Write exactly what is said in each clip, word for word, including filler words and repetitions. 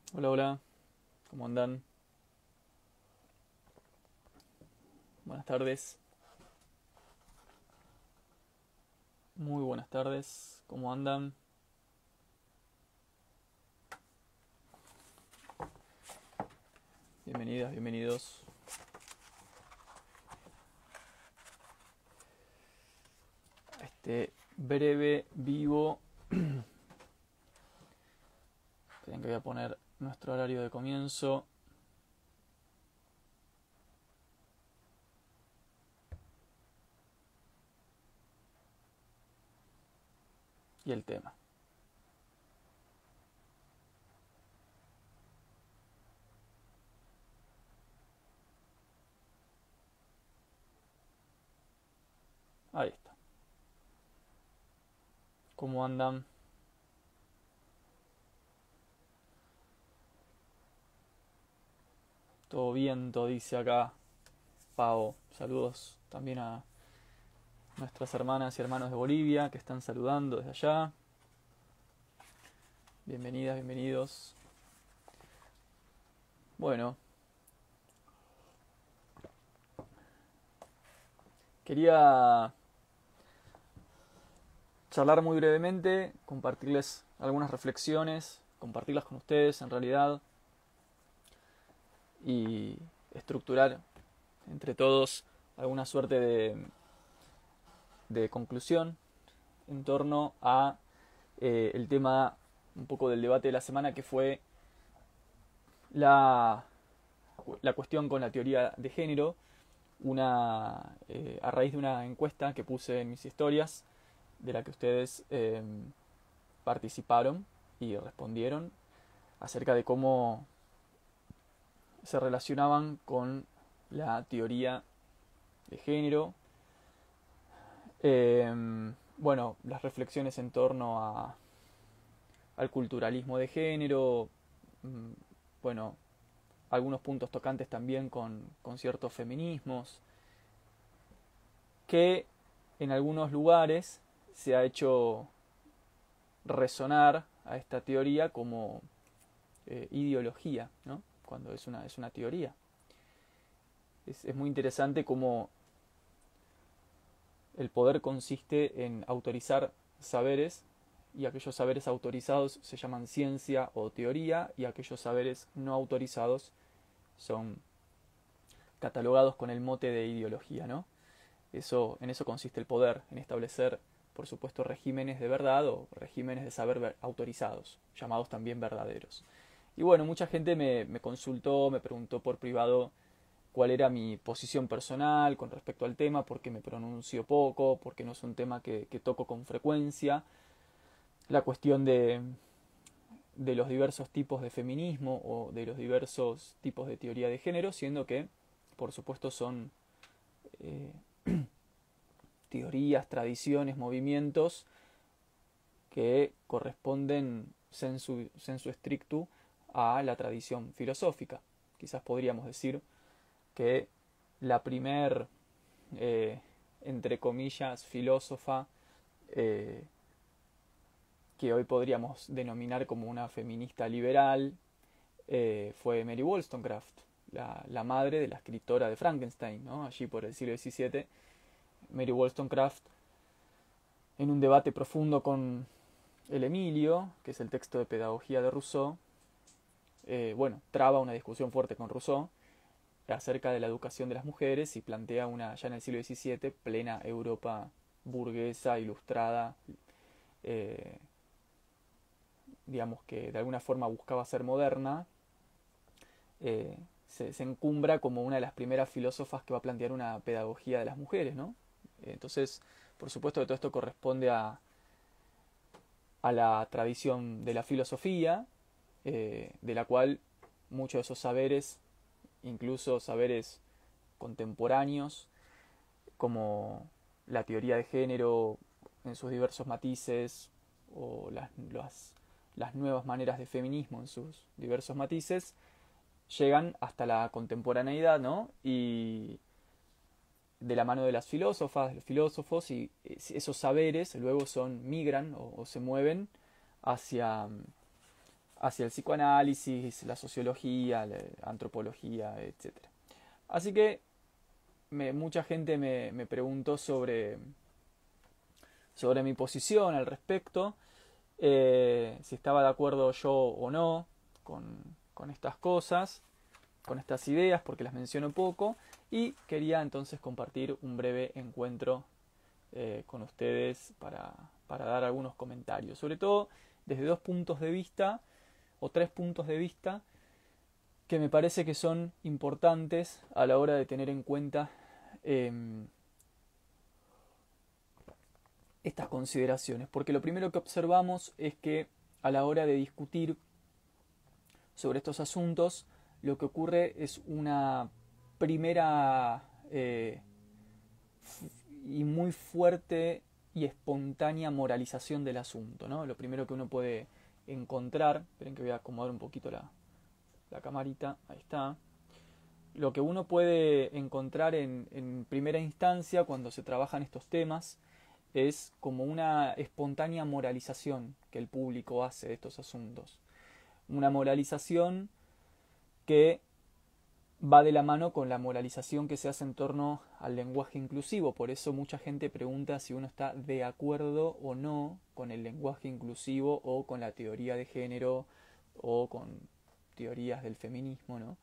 Hola, hola, ¿cómo andan? Buenas tardes, muy buenas tardes, ¿cómo andan? Bienvenidas, bienvenidos a este breve vivo. Esperen que voy a poner nuestro horario de comienzo y el tema. Ahí está. ¿Cómo andan? Todo viento, dice acá Pau. Saludos también a nuestras hermanas y hermanos de Bolivia que están saludando desde allá. Bienvenidas, bienvenidos. Bueno, quería charlar muy brevemente, compartirles algunas reflexiones, compartirlas con ustedes en realidad y estructurar entre todos alguna suerte de, de conclusión en torno a eh, el tema un poco del debate de la semana, que fue la, la cuestión con la teoría de género, una, eh, a raíz de una encuesta que puse en mis historias, de la que ustedes eh, participaron y respondieron acerca de cómo se relacionaban con la teoría de género. Eh, bueno, las reflexiones en torno a, al culturalismo de género, mm, bueno, algunos puntos tocantes también con, con ciertos feminismos, que en algunos lugares se ha hecho resonar a esta teoría como eh, ideología, ¿no? Cuando es una, es una teoría. Es, es muy interesante cómo el poder consiste en autorizar saberes, y aquellos saberes autorizados se llaman ciencia o teoría, y aquellos saberes no autorizados son catalogados con el mote de ideología, ¿no? Eso, en eso consiste el poder, en establecer, por supuesto, regímenes de verdad o regímenes de saber autorizados, llamados también verdaderos. Y bueno, mucha gente me, me consultó, me preguntó por privado cuál era mi posición personal con respecto al tema, porque me pronuncio poco, porque no es un tema que, que toco con frecuencia. La cuestión de, de los diversos tipos de feminismo o de los diversos tipos de teoría de género, siendo que, por supuesto, son eh, teorías, tradiciones, movimientos que corresponden sensu, sensu strictu a la tradición filosófica. Quizás podríamos decir que la primer, eh, entre comillas, filósofa eh, que hoy podríamos denominar como una feminista liberal eh, fue Mary Wollstonecraft, la, la, madre de la escritora de Frankenstein, ¿no? Allí por el siglo diecisiete. Mary Wollstonecraft, en un debate profundo con el Emilio, que es el texto de pedagogía de Rousseau, eh, bueno, traba una discusión fuerte con Rousseau acerca de la educación de las mujeres y plantea una, ya en el siglo diecisiete, plena Europa burguesa, ilustrada, eh, digamos que de alguna forma buscaba ser moderna, eh, se, se, encumbra como una de las primeras filósofas que va a plantear una pedagogía de las mujeres, ¿no? Entonces, por supuesto que todo esto corresponde a, a la tradición de la filosofía, eh, de la cual muchos de esos saberes, incluso saberes contemporáneos, como la teoría de género en sus diversos matices, o las, las, las nuevas maneras de feminismo en sus diversos matices, llegan hasta la contemporaneidad, ¿no? Y de la mano de las filósofas, de los filósofos, y esos saberes luego son, migran o, o se mueven hacia, hacia el psicoanálisis, la sociología, la antropología, etcétera. Así que me, mucha gente me, me preguntó sobre, sobre mi posición al respecto, eh, si estaba de acuerdo yo o no con, con estas cosas, con estas ideas, porque las menciono poco, y quería entonces compartir un breve encuentro eh, con ustedes para, para dar algunos comentarios, sobre todo desde dos puntos de vista, o tres puntos de vista, que me parece que son importantes a la hora de tener en cuenta eh, estas consideraciones, porque lo primero que observamos es que a la hora de discutir sobre estos asuntos, lo que ocurre es una primera eh, y muy fuerte y espontánea moralización del asunto, ¿no? Lo primero que uno puede encontrar, esperen que voy a acomodar un poquito la, la camarita, ahí está. Lo que uno puede encontrar en, en primera instancia cuando se trabajan estos temas es como una espontánea moralización que el público hace de estos asuntos. Una moralización que va de la mano con la moralización que se hace en torno al lenguaje inclusivo. Por eso mucha gente pregunta si uno está de acuerdo o no con el lenguaje inclusivo o con la teoría de género o con teorías del feminismo, ¿no?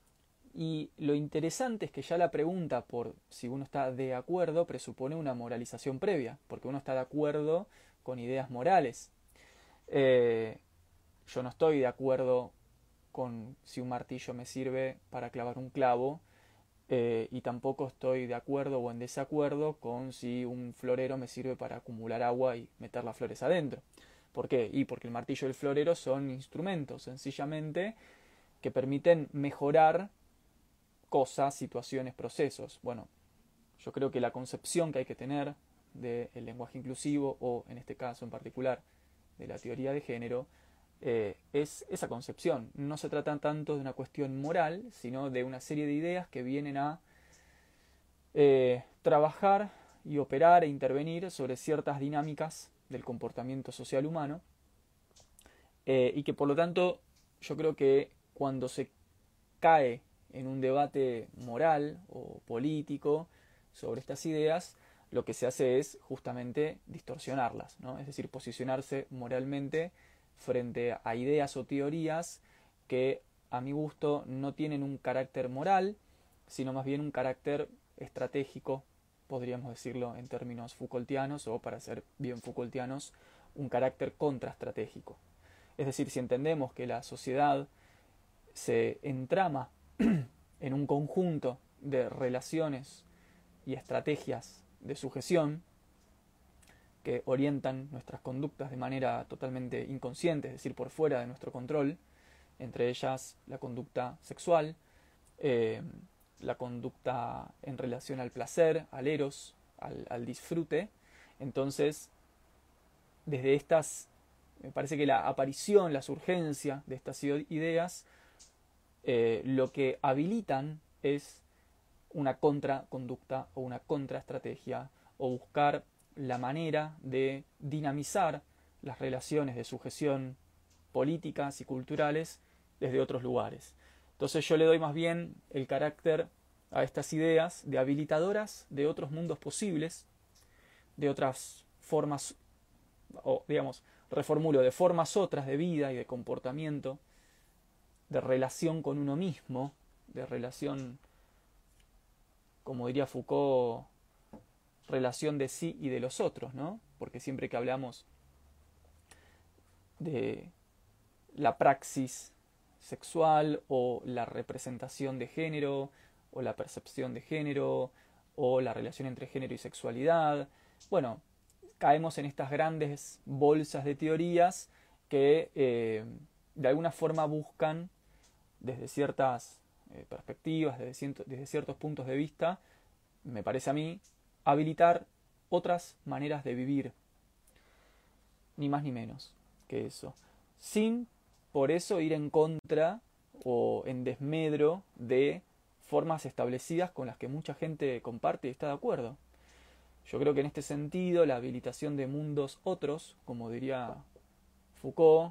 Y lo interesante es que ya la pregunta por si uno está de acuerdo presupone una moralización previa, porque uno está de acuerdo con ideas morales. Eh, yo no estoy de acuerdo con si un martillo me sirve para clavar un clavo, eh, y tampoco estoy de acuerdo o en desacuerdo con si un florero me sirve para acumular agua y meter las flores adentro. ¿Por qué? Y porque el martillo y el florero son instrumentos, sencillamente, que permiten mejorar cosas, situaciones, procesos. Bueno, yo creo que la concepción que hay que tener del lenguaje inclusivo, o en este caso en particular de la teoría de género, eh, es esa concepción. No se trata tanto de una cuestión moral, sino de una serie de ideas que vienen a eh, trabajar y operar e intervenir sobre ciertas dinámicas del comportamiento social humano, eh, y que por lo tanto yo creo que cuando se cae en un debate moral o político sobre estas ideas, lo que se hace es justamente distorsionarlas, ¿no? Es decir, posicionarse moralmente frente a ideas o teorías que a mi gusto no tienen un carácter moral, sino más bien un carácter estratégico, podríamos decirlo en términos Foucaultianos, o para ser bien Foucaultianos, un carácter contraestratégico. Es decir, si entendemos que la sociedad se entrama en un conjunto de relaciones y estrategias de sujeción que orientan nuestras conductas de manera totalmente inconsciente, es decir, por fuera de nuestro control, entre ellas la conducta sexual, eh, la conducta en relación al placer, al eros, al, al disfrute. Entonces, desde estas, me parece que la aparición, la surgencia de estas ideas, eh, lo que habilitan es una contraconducta o una contraestrategia, o buscar la manera de dinamizar las relaciones de sujeción políticas y culturales desde otros lugares. Entonces yo le doy más bien el carácter a estas ideas de habilitadoras de otros mundos posibles, de otras formas, o digamos, reformulo, de formas otras de vida y de comportamiento, de relación con uno mismo, de relación, como diría Foucault, relación de sí y de los otros, ¿no? Porque siempre que hablamos de la praxis sexual o la representación de género o la percepción de género o la relación entre género y sexualidad, bueno, caemos en estas grandes bolsas de teorías que eh, de alguna forma buscan desde ciertas eh, perspectivas, desde, ciento, desde ciertos puntos de vista, me parece a mí, habilitar otras maneras de vivir, ni más ni menos que eso, sin por eso ir en contra o en desmedro de formas establecidas con las que mucha gente comparte y está de acuerdo. Yo creo que en este sentido la habilitación de mundos otros, como diría Foucault,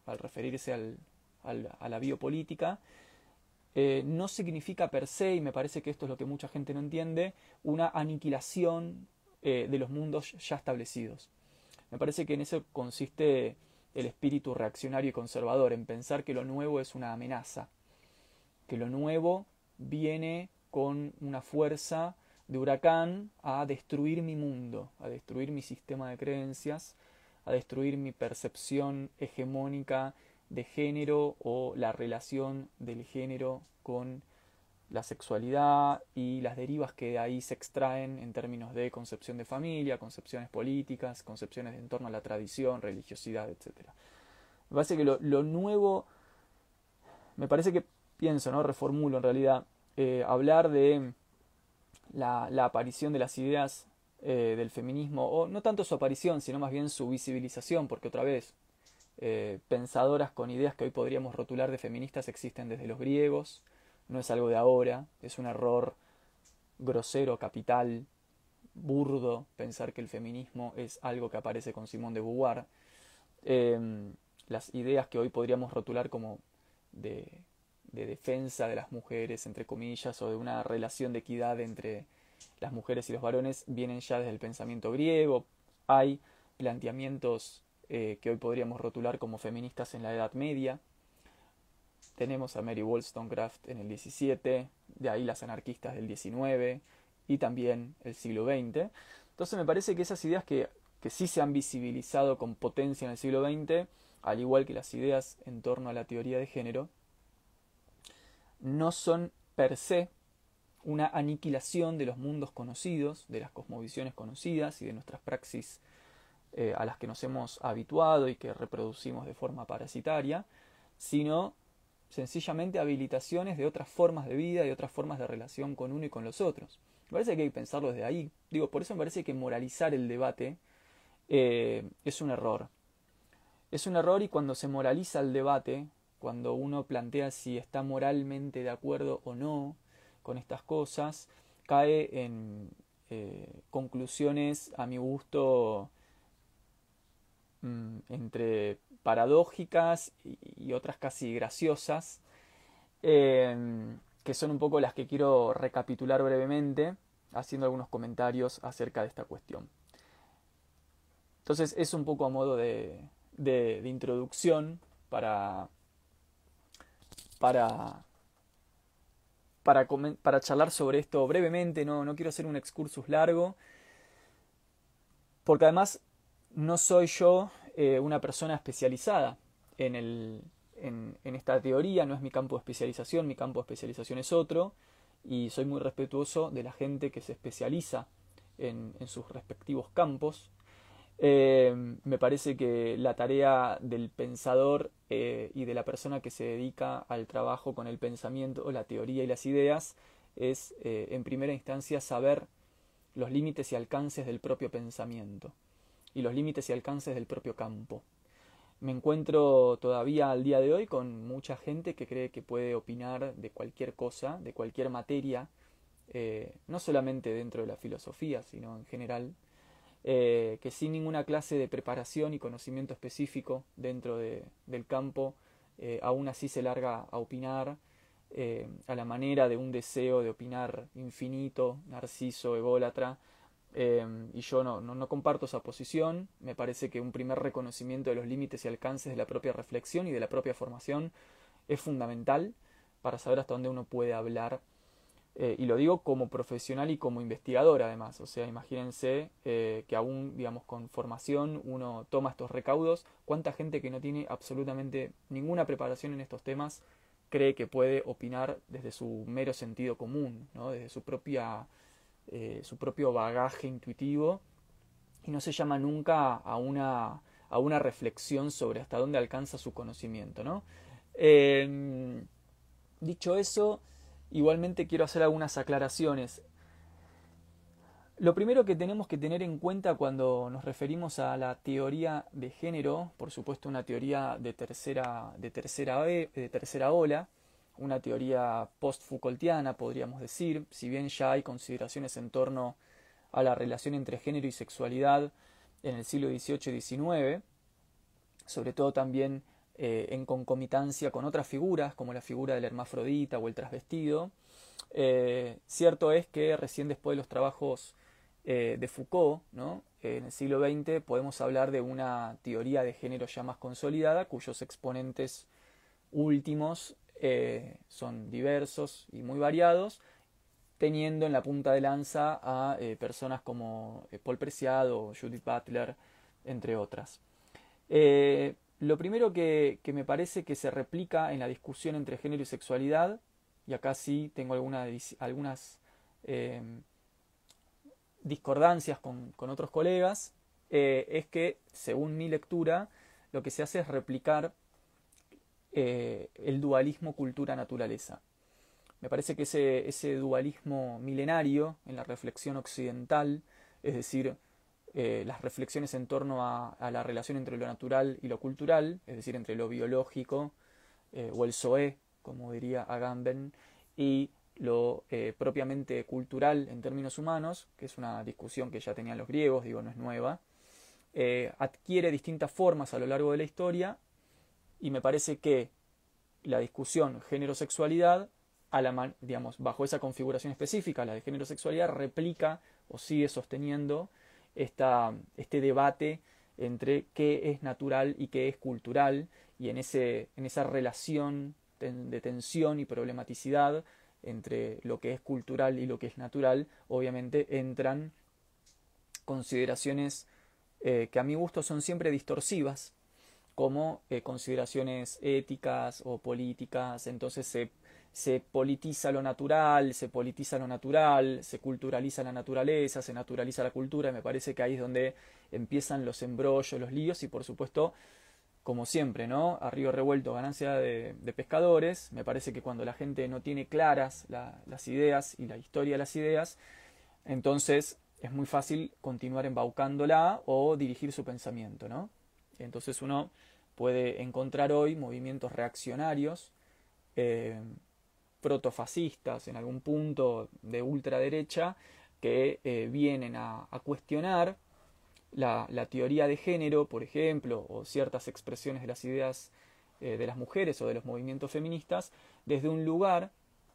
al referirse al, al, a la biopolítica, eh, no significa per se, y me parece que esto es lo que mucha gente no entiende, una aniquilación eh, de los mundos ya establecidos. Me parece que en eso consiste el espíritu reaccionario y conservador, en pensar que lo nuevo es una amenaza, que lo nuevo viene con una fuerza de huracán a destruir mi mundo, a destruir mi sistema de creencias, a destruir mi percepción hegemónica de género o la relación del género con la sexualidad y las derivas que de ahí se extraen en términos de concepción de familia, concepciones políticas, concepciones en torno a la tradición, religiosidad, etcétera. Me parece que lo, lo nuevo, me parece que pienso, ¿no? Reformulo en realidad, eh, hablar de la, la aparición de las ideas eh, del feminismo, o no tanto su aparición, sino más bien su visibilización, porque otra vez, eh, pensadoras con ideas que hoy podríamos rotular de feministas existen desde los griegos, no es algo de ahora, es un error grosero, capital, burdo, pensar que el feminismo es algo que aparece con Simone de Beauvoir. Eh, las ideas que hoy podríamos rotular como de, de defensa de las mujeres, entre comillas, o de una relación de equidad entre las mujeres y los varones, vienen ya desde el pensamiento griego. Hay planteamientos eh, que hoy podríamos rotular como feministas en la Edad Media. Tenemos a Mary Wollstonecraft en el diecisiete, de ahí las anarquistas del diecinueve y también el siglo veinte. Entonces me parece que esas ideas que, que sí se han visibilizado con potencia en el siglo veinte, al igual que las ideas en torno a la teoría de género, no son per se una aniquilación de los mundos conocidos, de las cosmovisiones conocidas y de nuestras praxis eh, a las que nos hemos habituado y que reproducimos de forma parasitaria, sino sencillamente habilitaciones de otras formas de vida y otras formas de relación con uno y con los otros. Me parece que hay que pensarlo desde ahí. Digo, por eso me parece que moralizar el debate eh, es un error. Es un error, y cuando se moraliza el debate, cuando uno plantea si está moralmente de acuerdo o no con estas cosas, cae en eh, conclusiones, a mi gusto, mmm, entre paradójicas y, y otras casi graciosas, eh, que son un poco las que quiero recapitular brevemente, haciendo algunos comentarios acerca de esta cuestión. Entonces es un poco a modo de, de, de introducción para, para, para, para charlar sobre esto brevemente. No, no quiero hacer un excursus largo, porque además no soy yo eh, una persona especializada en, el, en, en esta teoría, no es mi campo de especialización, mi campo de especialización es otro, y soy muy respetuoso de la gente que se especializa en, en sus respectivos campos. Eh, me parece que la tarea del pensador eh, y de la persona que se dedica al trabajo con el pensamiento, la teoría y las ideas es, eh, en primera instancia, saber los límites y alcances del propio pensamiento y los límites y alcances del propio campo. Me encuentro todavía al día de hoy con mucha gente que cree que puede opinar de cualquier cosa, de cualquier materia, eh, no solamente dentro de la filosofía, sino en general, eh, que sin ninguna clase de preparación y conocimiento específico dentro de, del campo, eh, aún así se larga a opinar, eh, a la manera de un deseo de opinar infinito, narciso, ególatra, eh, y yo no, no, no comparto esa posición. Me parece que un primer reconocimiento de los límites y alcances de la propia reflexión y de la propia formación es fundamental para saber hasta dónde uno puede hablar. Eh, y lo digo como profesional y como investigador además, o sea, imagínense eh, que aún, digamos, con formación uno toma estos recaudos. ¿Cuánta gente que no tiene absolutamente ninguna preparación en estos temas cree que puede opinar desde su mero sentido común, ¿no? Desde su propia, eh, su propio bagaje intuitivo, y no se llama nunca a una, a una reflexión sobre hasta dónde alcanza su conocimiento, ¿no? Eh, dicho eso, igualmente quiero hacer algunas aclaraciones. Lo primero que tenemos que tener en cuenta cuando nos referimos a la teoría de género, por supuesto una teoría de tercera, de tercera, de tercera ola, una teoría post-Foucaultiana podríamos decir, si bien ya hay consideraciones en torno a la relación entre género y sexualidad en el siglo dieciocho y diecinueve, sobre todo también eh, en concomitancia con otras figuras, como la figura del hermafrodita o el transvestido. Eh, cierto es que recién después de los trabajos eh, de Foucault, ¿no? En el siglo veinte podemos hablar de una teoría de género ya más consolidada, cuyos exponentes últimos eh, son diversos y muy variados, teniendo en la punta de lanza a eh, personas como eh, Paul Preciado, Judith Butler, entre otras. Eh, lo primero que, que me parece que se replica en la discusión entre género y sexualidad, y acá sí tengo alguna, algunas eh, discordancias con, con otros colegas, eh, es que, según mi lectura, lo que se hace es replicar eh, el dualismo cultura-naturaleza. Me parece que ese, ese dualismo milenario en la reflexión occidental, es decir, eh, las reflexiones en torno a, a la relación entre lo natural y lo cultural, es decir, entre lo biológico eh, o el zoé, como diría Agamben, y lo eh, propiamente cultural en términos humanos, que es una discusión que ya tenían los griegos, digo, no es nueva, eh, adquiere distintas formas a lo largo de la historia, y me parece que la discusión género-sexualidad, a la, digamos, bajo esa configuración específica, la de género-sexualidad, replica o sigue sosteniendo esta, este debate entre qué es natural y qué es cultural, y en, ese, en esa relación de tensión y problematicidad entre lo que es cultural y lo que es natural, obviamente entran consideraciones eh, que a mi gusto son siempre distorsivas, como eh, consideraciones éticas o políticas. Entonces se, se politiza lo natural, se politiza lo natural, se culturaliza la naturaleza, se naturaliza la cultura, y me parece que ahí es donde empiezan los embrollos, los líos, y por supuesto, como siempre, ¿no? A río revuelto, ganancia de, de pescadores. Me parece que cuando la gente no tiene claras la, las ideas y la historia de las ideas, entonces es muy fácil continuar embaucándola o dirigir su pensamiento, ¿no? Entonces uno puede encontrar hoy movimientos reaccionarios, eh, protofascistas en algún punto de ultraderecha, que eh, vienen a, a cuestionar la, la teoría de género, por ejemplo, o ciertas expresiones de las ideas eh, de las mujeres o de los movimientos feministas, desde un lugar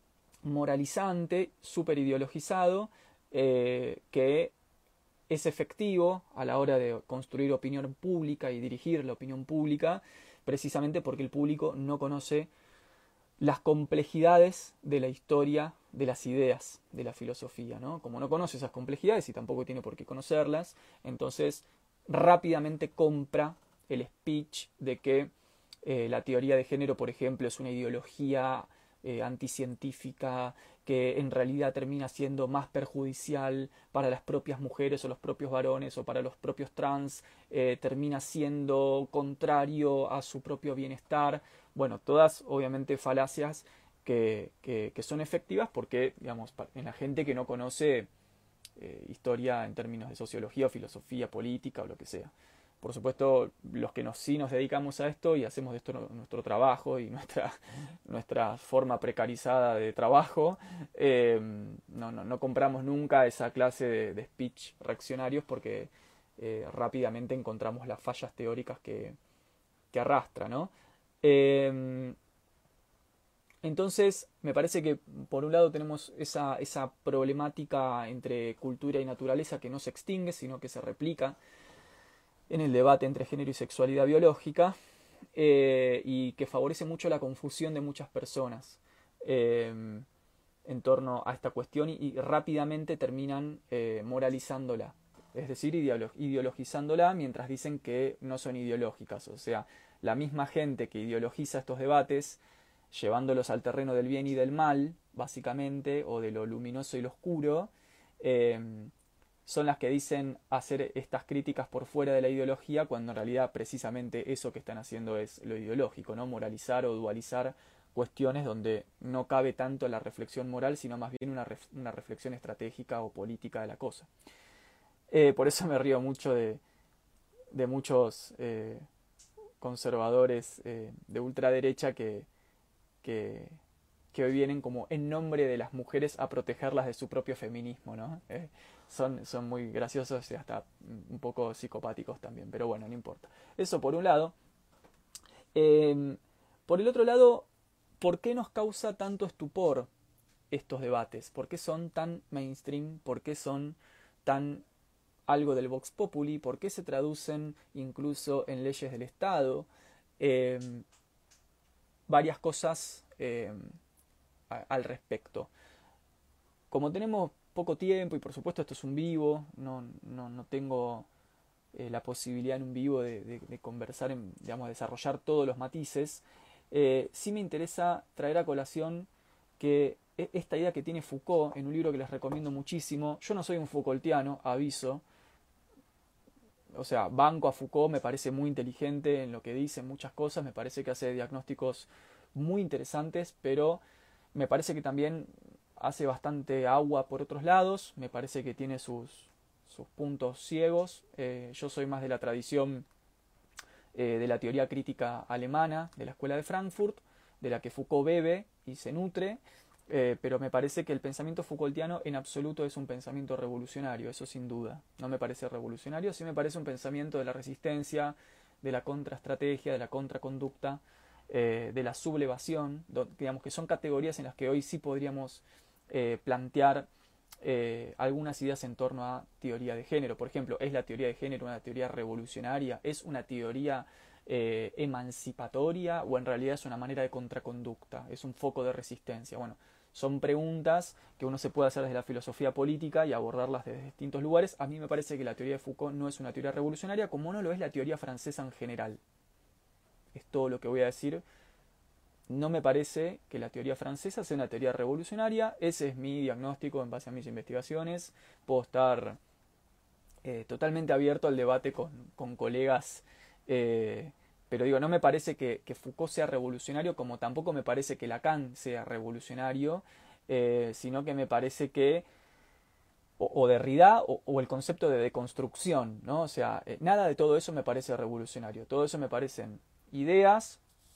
moralizante, súper ideologizado, eh, que es efectivo a la hora de construir opinión pública y dirigir la opinión pública, precisamente porque el público no conoce las complejidades de la historia de las ideas de la filosofía, ¿no? Como no conoce esas complejidades y tampoco tiene por qué conocerlas, entonces rápidamente compra el speech de que eh, la teoría de género, por ejemplo, es una ideología eh, anticientífica, que en realidad termina siendo más perjudicial para las propias mujeres o los propios varones o para los propios trans, eh, termina siendo contrario a su propio bienestar. Bueno, todas obviamente falacias que, que, que son efectivas porque, digamos, en la gente que no conoce eh, historia en términos de sociología o filosofía política o lo que sea. Por supuesto, los que nos, sí nos dedicamos a esto y hacemos de esto nuestro trabajo y nuestra, nuestra forma precarizada de trabajo, eh, no, no, no compramos nunca esa clase de, de speech reaccionarios porque eh, rápidamente encontramos las fallas teóricas que, que arrastra, ¿no? Eh, entonces, me parece que por un lado tenemos esa, esa problemática entre cultura y naturaleza que no se extingue, sino que se replica en el debate entre género y sexualidad biológica, eh, y que favorece mucho la confusión de muchas personas eh, en torno a esta cuestión y, y rápidamente terminan eh, moralizándola, es decir, ideolo ideologizándola mientras dicen que no son ideológicas. O sea, la misma gente que ideologiza estos debates, llevándolos al terreno del bien y del mal, básicamente, o de lo luminoso y lo oscuro, eh, son las que dicen hacer estas críticas por fuera de la ideología, cuando en realidad precisamente eso que están haciendo es lo ideológico, ¿no? Moralizar o dualizar cuestiones donde no cabe tanto la reflexión moral, sino más bien una, ref una reflexión estratégica o política de la cosa. Eh, por eso me río mucho de, de muchos eh, conservadores eh, de ultraderecha que, que, que hoy vienen como en nombre de las mujeres a protegerlas de su propio feminismo, ¿no? Eh, son, son muy graciosos y hasta un poco psicopáticos también, pero bueno, no importa. Eso por un lado. Eh, por el otro lado, ¿por qué nos causa tanto estupor estos debates? ¿Por qué son tan mainstream? ¿Por qué son tan algo del Vox Populi? ¿Por qué se traducen incluso en leyes del Estado? Eh, varias cosas eh, a, al respecto. Como tenemos poco tiempo y por supuesto esto es un vivo, no, no, no tengo eh, la posibilidad en un vivo de, de, de conversar, en, digamos, desarrollar todos los matices, eh, sí me interesa traer a colación que esta idea que tiene Foucault en un libro que les recomiendo muchísimo, yo no soy un Foucaultiano, aviso, o sea, banco a Foucault, me parece muy inteligente en lo que dice, en muchas cosas, me parece que hace diagnósticos muy interesantes, pero me parece que también hace bastante agua por otros lados, me parece que tiene sus, sus puntos ciegos. Eh, yo soy más de la tradición eh, de la teoría crítica alemana, de la escuela de Frankfurt, de la que Foucault bebe y se nutre, eh, pero me parece que el pensamiento Foucaultiano en absoluto es un pensamiento revolucionario, eso sin duda. No me parece revolucionario, sí me parece un pensamiento de la resistencia, de la contraestrategia, de la contraconducta, eh, de la sublevación, do, digamos que son categorías en las que hoy sí podríamos eh, plantear eh, algunas ideas en torno a teoría de género. Por ejemplo, ¿es la teoría de género una teoría revolucionaria? ¿Es una teoría eh, emancipatoria o en realidad es una manera de contraconducta? ¿Es un foco de resistencia? Bueno, son preguntas que uno se puede hacer desde la filosofía política y abordarlas desde distintos lugares. A mí me parece que la teoría de Foucault no es una teoría revolucionaria, como no lo es la teoría francesa en general. Es todo lo que voy a decir. No me parece que la teoría francesa sea una teoría revolucionaria. Ese es mi diagnóstico en base a mis investigaciones. Puedo estar eh, totalmente abierto al debate con, con colegas, eh, pero digo, no me parece que, que Foucault sea revolucionario, como tampoco me parece que Lacan sea revolucionario, eh, sino que me parece que o, o Derrida o, o el concepto de deconstrucción, ¿no? O sea, eh, nada de todo eso me parece revolucionario. Todo eso me parecen ideas,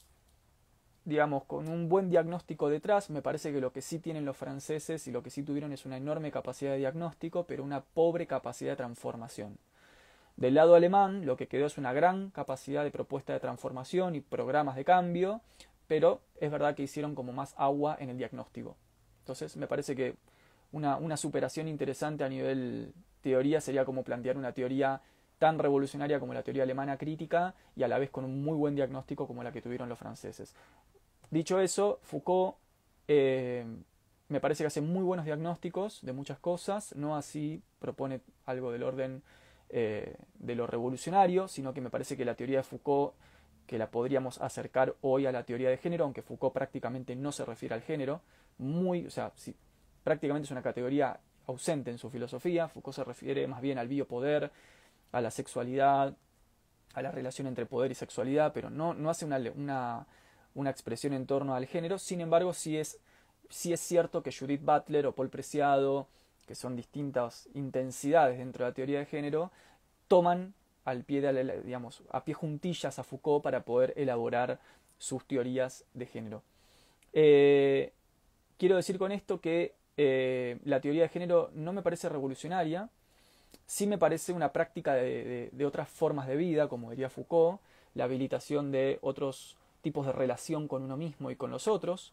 digamos, con un buen diagnóstico detrás. Me parece que lo que sí tienen los franceses y lo que sí tuvieron es una enorme capacidad de diagnóstico, pero una pobre capacidad de transformación. Del lado alemán, lo que quedó es una gran capacidad de propuesta de transformación y programas de cambio, pero es verdad que hicieron como más agua en el diagnóstico. Entonces, me parece que una, una superación interesante a nivel teoría sería como plantear una teoría tan revolucionaria como la teoría alemana crítica y a la vez con un muy buen diagnóstico como la que tuvieron los franceses. Dicho eso, Foucault eh, me parece que hace muy buenos diagnósticos de muchas cosas, no así propone algo del orden eh, de lo revolucionario, sino que me parece que la teoría de Foucault, que la podríamos acercar hoy a la teoría de género, aunque Foucault prácticamente no se refiere al género, muy, o sea, sí, prácticamente es una categoría ausente en su filosofía. Foucault se refiere más bien al biopoder, a la sexualidad, a la relación entre poder y sexualidad, pero no, no hace una, una, una expresión en torno al género. Sin embargo, sí es, sí es cierto que Judith Butler o Paul Preciado, que son distintas intensidades dentro de la teoría de género, toman al pie de la, digamos, a pie juntillas a Foucault para poder elaborar sus teorías de género. Eh, quiero decir con esto que eh, la teoría de género no me parece revolucionaria, sí me parece una práctica de, de, de otras formas de vida, como diría Foucault, la habilitación de otros tipos de relación con uno mismo y con los otros.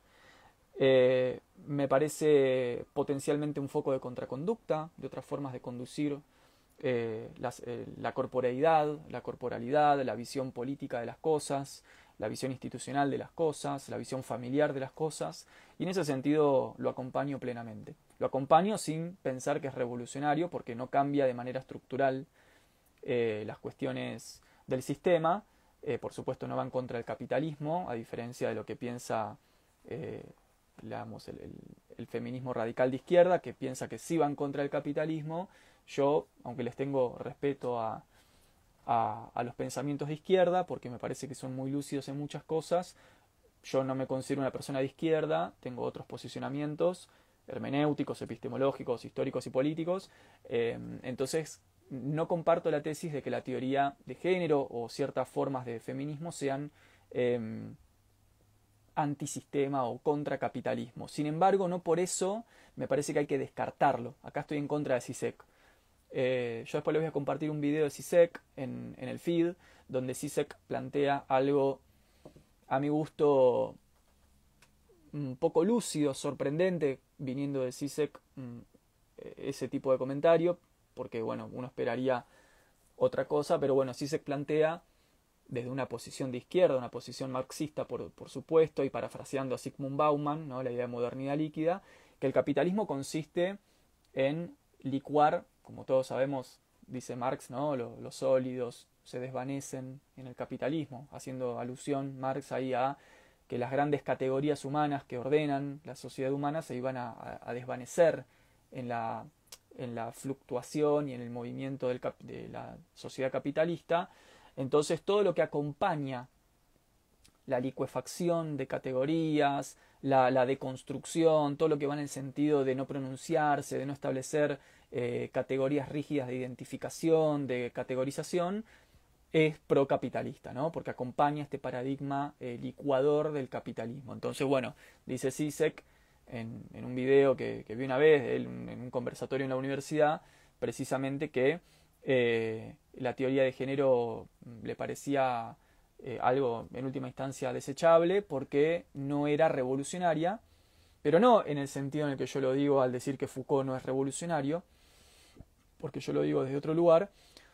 Eh, me parece potencialmente un foco de contraconducta, de otras formas de conducir eh, las, eh, la corporeidad, la corporalidad, la visión política de las cosas, la visión institucional de las cosas, la visión familiar de las cosas, y en ese sentido lo acompaño plenamente. Lo acompaño sin pensar que es revolucionario, porque no cambia de manera estructural eh, las cuestiones del sistema. Eh, por supuesto no va en contra del capitalismo, a diferencia de lo que piensa eh, digamos, el, el, el feminismo radical de izquierda, que piensa que sí va en contra del capitalismo. Yo, aunque les tengo respeto a, a, a los pensamientos de izquierda, porque me parece que son muy lúcidos en muchas cosas, yo no me considero una persona de izquierda, tengo otros posicionamientos hermenéuticos, epistemológicos, históricos y políticos. Eh, entonces, no comparto la tesis de que la teoría de género o ciertas formas de feminismo sean eh, antisistema o contracapitalismo. Sin embargo, no por eso me parece que hay que descartarlo. Acá estoy en contra de Zizek. Eh, yo después les voy a compartir un video de Zizek en, en el feed, donde Zizek plantea algo a mi gusto, un poco lúcido, sorprendente, viniendo de Zizek, ese tipo de comentario, porque bueno, uno esperaría otra cosa, pero bueno, Zizek plantea desde una posición de izquierda, una posición marxista por, por supuesto, y parafraseando a Zygmunt Bauman, ¿no? La idea de modernidad líquida, que el capitalismo consiste en licuar, como todos sabemos, dice Marx, ¿no? Los, los sólidos se desvanecen en el capitalismo, haciendo alusión Marx ahí a que las grandes categorías humanas que ordenan la sociedad humana se iban a, a, a desvanecer en la, en la fluctuación y en el movimiento del cap de la sociedad capitalista. Entonces todo lo que acompaña la licuefacción de categorías, la, la deconstrucción, todo lo que va en el sentido de no pronunciarse, de no establecer eh, categorías rígidas de identificación, de categorización, es procapitalista, ¿no? Porque acompaña este paradigma eh, licuador del capitalismo. Entonces, bueno, dice Zizek en, en un video que, que vi una vez, él, en un conversatorio en la universidad, precisamente que eh, la teoría de género le parecía eh, algo en última instancia desechable porque no era revolucionaria, pero no en el sentido en el que yo lo digo al decir que Foucault no es revolucionario, porque yo lo digo desde otro lugar,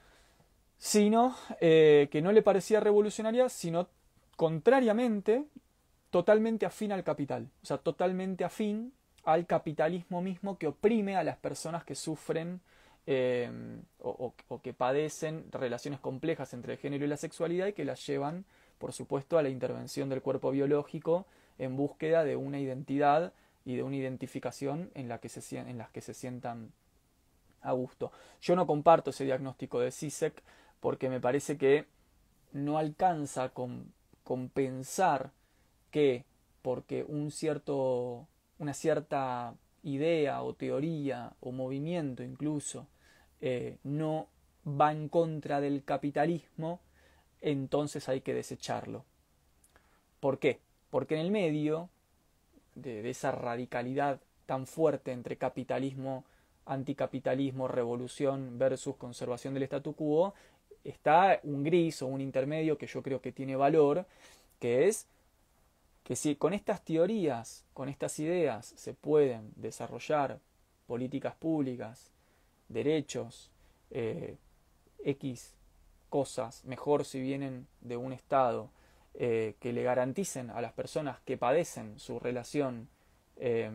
sino eh, que no le parecía revolucionaria, sino contrariamente totalmente afín al capital, o sea, totalmente afín al capitalismo mismo que oprime a las personas que sufren eh, o, o, o que padecen relaciones complejas entre el género y la sexualidad y que las llevan, por supuesto, a la intervención del cuerpo biológico en búsqueda de una identidad y de una identificación en la que se, en las que se sientan a gusto. Yo no comparto ese diagnóstico de Zizek porque me parece que no alcanza con, con pensar que porque un cierto, una cierta idea o teoría o movimiento incluso eh, no va en contra del capitalismo, entonces hay que desecharlo. ¿Por qué? Porque en el medio de, de esa radicalidad tan fuerte entre capitalismo, anticapitalismo, revolución versus conservación del statu quo, está un gris o un intermedio que yo creo que tiene valor, que es que si con estas teorías, con estas ideas se pueden desarrollar políticas públicas, derechos, eh, X cosas, mejor si vienen de un Estado eh, que le garanticen a las personas que padecen su relación eh,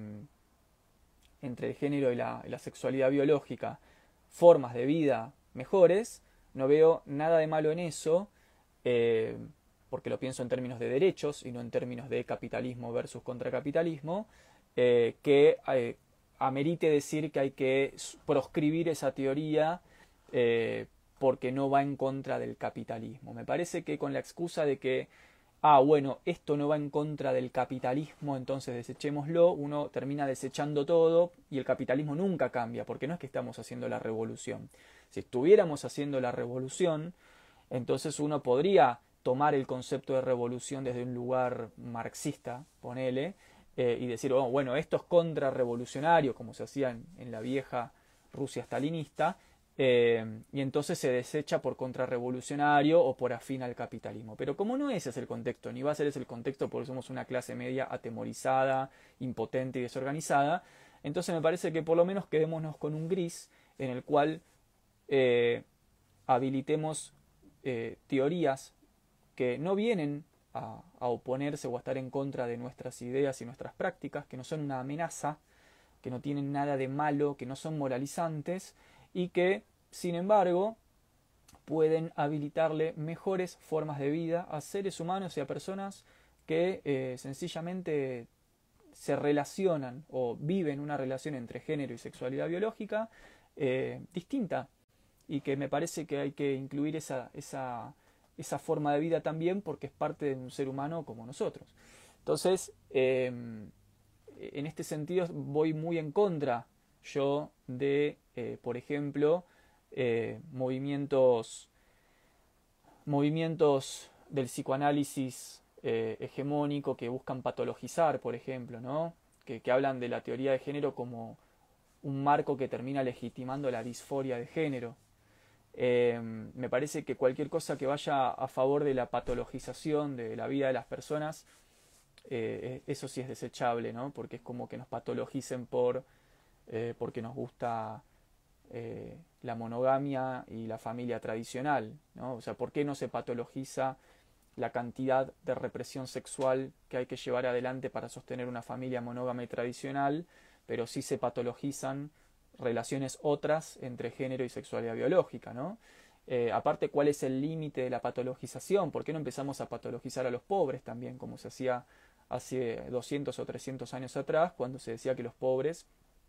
entre el género y la, y la sexualidad biológica, formas de vida mejores, no veo nada de malo en eso, eh, porque lo pienso en términos de derechos y no en términos de capitalismo versus contracapitalismo, eh, que eh, amerite decir que hay que proscribir esa teoría eh, porque no va en contra del capitalismo. Me parece que con la excusa de que, ah, bueno, esto no va en contra del capitalismo, entonces desechémoslo, uno termina desechando todo y el capitalismo nunca cambia, porque no es que estamos haciendo la revolución. Si estuviéramos haciendo la revolución, entonces uno podría tomar el concepto de revolución desde un lugar marxista, ponele, eh, y decir, oh, bueno, esto es contrarrevolucionario, como se hacía en, en la vieja Rusia stalinista, eh, y entonces se desecha por contrarrevolucionario o por afín al capitalismo. Pero como no ese es el contexto, ni va a ser ese el contexto porque somos una clase media atemorizada, impotente y desorganizada, entonces me parece que por lo menos quedémonos con un gris en el cual eh, habilitemos eh, teorías que no vienen a, a oponerse o a estar en contra de nuestras ideas y nuestras prácticas, que no son una amenaza, que no tienen nada de malo, que no son moralizantes y que, sin embargo, pueden habilitarle mejores formas de vida a seres humanos y a personas que eh, sencillamente se relacionan o viven una relación entre género y sexualidad biológica eh, distinta, y que me parece que hay que incluir esa, esa, esa forma de vida también porque es parte de un ser humano como nosotros. Entonces, eh, en este sentido voy muy en contra yo de, eh, por ejemplo, eh, movimientos, movimientos del psicoanálisis eh, hegemónico que buscan patologizar, por ejemplo, ¿no? Que, que hablan de la teoría de género como un marco que termina legitimando la disforia de género. Eh, me parece que cualquier cosa que vaya a favor de la patologización de la vida de las personas, eh, eso sí es desechable, ¿no? Porque es como que nos patologicen por, eh, porque nos gusta eh, la monogamia y la familia tradicional, ¿no? O sea, ¿por qué no se patologiza la cantidad de represión sexual que hay que llevar adelante para sostener una familia monógama y tradicional, pero sí se patologizan relaciones otras entre género y sexualidad biológica, ¿no? Eh, aparte, ¿cuál es el límite de la patologización? ¿Por qué no empezamos a patologizar a los pobres también, como se hacía hace doscientos o trescientos años atrás, cuando se decía que los pobres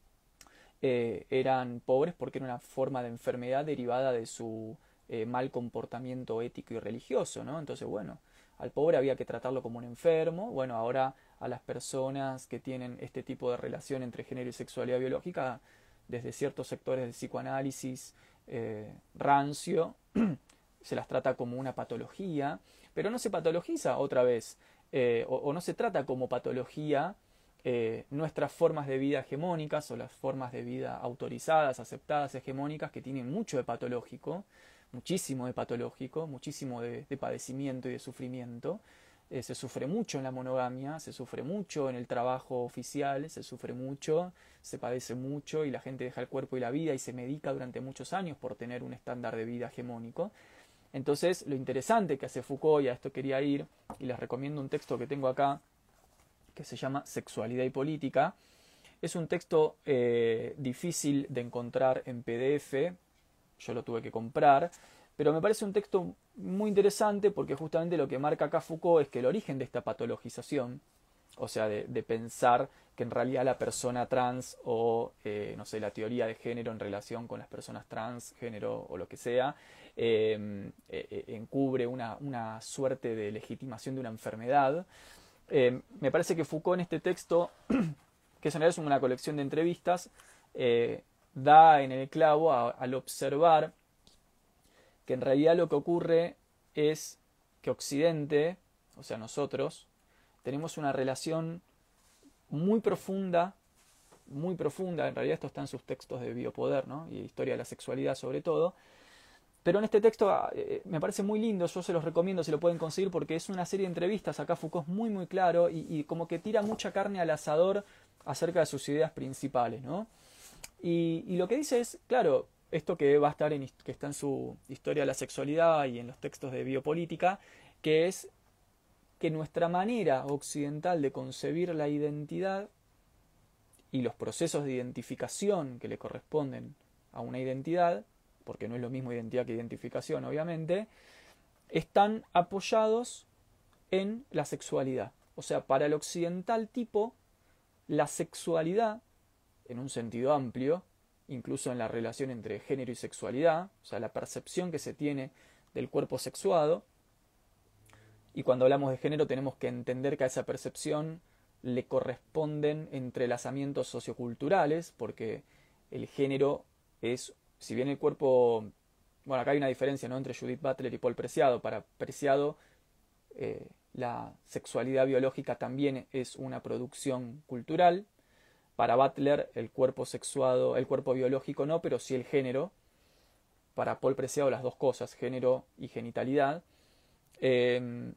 eh, eran pobres porque era una forma de enfermedad derivada de su eh, mal comportamiento ético y religioso, ¿no? Entonces, bueno, al pobre había que tratarlo como un enfermo. Bueno, ahora a las personas que tienen este tipo de relación entre género y sexualidad biológica, desde ciertos sectores del psicoanálisis eh, rancio, se las trata como una patología, pero no se patologiza otra vez, eh, o, o no se trata como patología eh, nuestras formas de vida hegemónicas o las formas de vida autorizadas, aceptadas, hegemónicas, que tienen mucho de patológico, muchísimo de patológico, muchísimo de, de padecimiento y de sufrimiento. Eh, se sufre mucho en la monogamia, se sufre mucho en el trabajo oficial, se sufre mucho, se padece mucho y la gente deja el cuerpo y la vida y se medica durante muchos años por tener un estándar de vida hegemónico. Entonces, lo interesante que hace Foucault, y a esto quería ir, y les recomiendo un texto que tengo acá, que se llama Sexualidad y Política. Es un texto eh, difícil de encontrar en P D F, yo lo tuve que comprar, pero me parece un texto muy interesante porque justamente lo que marca acá Foucault es que el origen de esta patologización, o sea, de, de pensar que en realidad la persona trans o, eh, no sé, la teoría de género en relación con las personas trans, género o lo que sea, eh, eh, encubre una, una suerte de legitimación de una enfermedad. Eh, me parece que Foucault en este texto, que en realidad es una colección de entrevistas, eh, da en el clavo a, al observar que en realidad lo que ocurre es que Occidente, o sea nosotros, tenemos una relación muy profunda, muy profunda, en realidad esto está en sus textos de biopoder, ¿no? Y historia de la sexualidad sobre todo, pero en este texto eh, me parece muy lindo, yo se los recomiendo si lo pueden conseguir porque es una serie de entrevistas, acá Foucault es muy muy claro y, y como que tira mucha carne al asador acerca de sus ideas principales, ¿no? Y, y lo que dice es, claro, esto que va a estar en, que está en su historia de la sexualidad y en los textos de biopolítica, que es que nuestra manera occidental de concebir la identidad y los procesos de identificación que le corresponden a una identidad, porque no es lo mismo identidad que identificación, obviamente, están apoyados en la sexualidad. O sea, para el occidental tipo, la sexualidad, en un sentido amplio, incluso en la relación entre género y sexualidad, o sea, la percepción que se tiene del cuerpo sexuado, y cuando hablamos de género tenemos que entender que a esa percepción le corresponden entrelazamientos socioculturales, porque el género es, si bien el cuerpo, bueno, acá hay una diferencia, ¿no?, entre Judith Butler y Paul Preciado. Para Preciado, eh, la sexualidad biológica también es una producción cultural. Para Butler, el cuerpo sexuado, el cuerpo biológico no, pero sí el género. Para Paul Preciado, las dos cosas, género y genitalidad. Eh,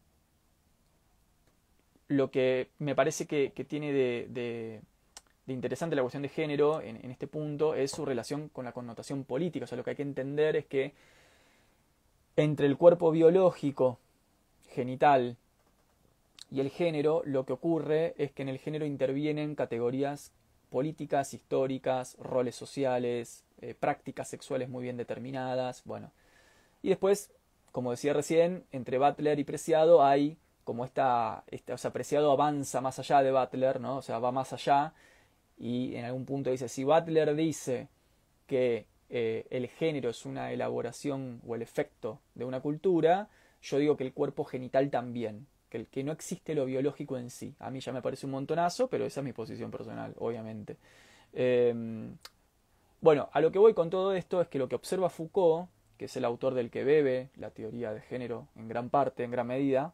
lo que me parece que, que tiene de, de, de interesante la cuestión de género en, en este punto es su relación con la connotación política. O sea, lo que hay que entender es que entre el cuerpo biológico, genital, y el género, lo que ocurre es que en el género intervienen categorías políticas, históricas, roles sociales, eh, prácticas sexuales muy bien determinadas, bueno. Y después, como decía recién, entre Butler y Preciado hay como esta, esta, o sea, Preciado avanza más allá de Butler, ¿no? O sea, va más allá y en algún punto dice, si Butler dice que eh, el género es una elaboración o el efecto de una cultura, yo digo que el cuerpo genital también, que, que no existe lo biológico en sí. A mí ya me parece un montonazo, pero esa es mi posición personal, obviamente. Eh, bueno, a lo que voy con todo esto es que lo que observa Foucault, que es el autor del que bebe la teoría de género en gran parte, en gran medida,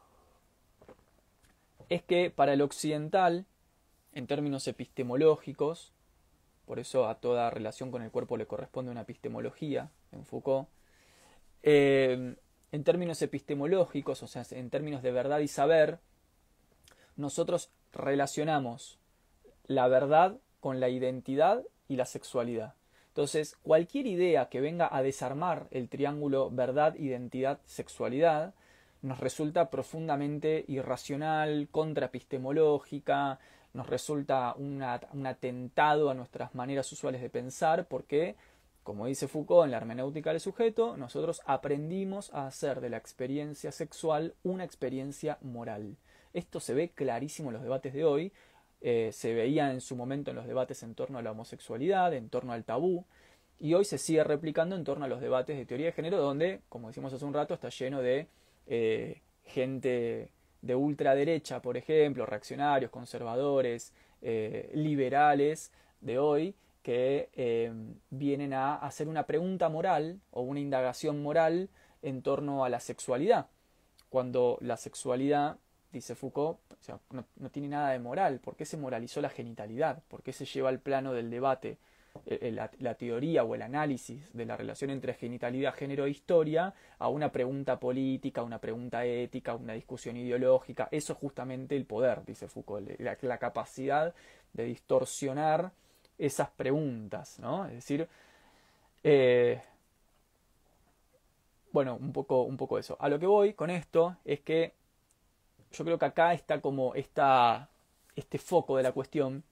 es que para el occidental, en términos epistemológicos, por eso a toda relación con el cuerpo le corresponde una epistemología en Foucault, eh, en términos epistemológicos, o sea, en términos de verdad y saber, nosotros relacionamos la verdad con la identidad y la sexualidad. Entonces, cualquier idea que venga a desarmar el triángulo verdad, identidad, sexualidad, nos resulta profundamente irracional, contraepistemológica, nos resulta una, un atentado a nuestras maneras usuales de pensar, porque, como dice Foucault en la hermenéutica del sujeto, nosotros aprendimos a hacer de la experiencia sexual una experiencia moral. Esto se ve clarísimo en los debates de hoy, eh, se veía en su momento en los debates en torno a la homosexualidad, en torno al tabú, y hoy se sigue replicando en torno a los debates de teoría de género, donde, como decimos hace un rato, está lleno de eh, gente de ultraderecha, por ejemplo, reaccionarios, conservadores, eh, liberales de hoy, que eh, vienen a hacer una pregunta moral o una indagación moral en torno a la sexualidad, cuando la sexualidad, dice Foucault, o sea, no, no tiene nada de moral. ¿Por qué se moralizó la genitalidad? ¿Por qué se lleva al plano del debate eh, la, la teoría o el análisis de la relación entre genitalidad, género e historia a una pregunta política, a una pregunta ética, a una discusión ideológica? Eso es justamente el poder, dice Foucault, la, la capacidad de distorsionar esas preguntas, ¿no? Es decir, eh, bueno, un poco, un poco eso. A lo que voy con esto es que yo creo que acá está como esta, este foco de la cuestión,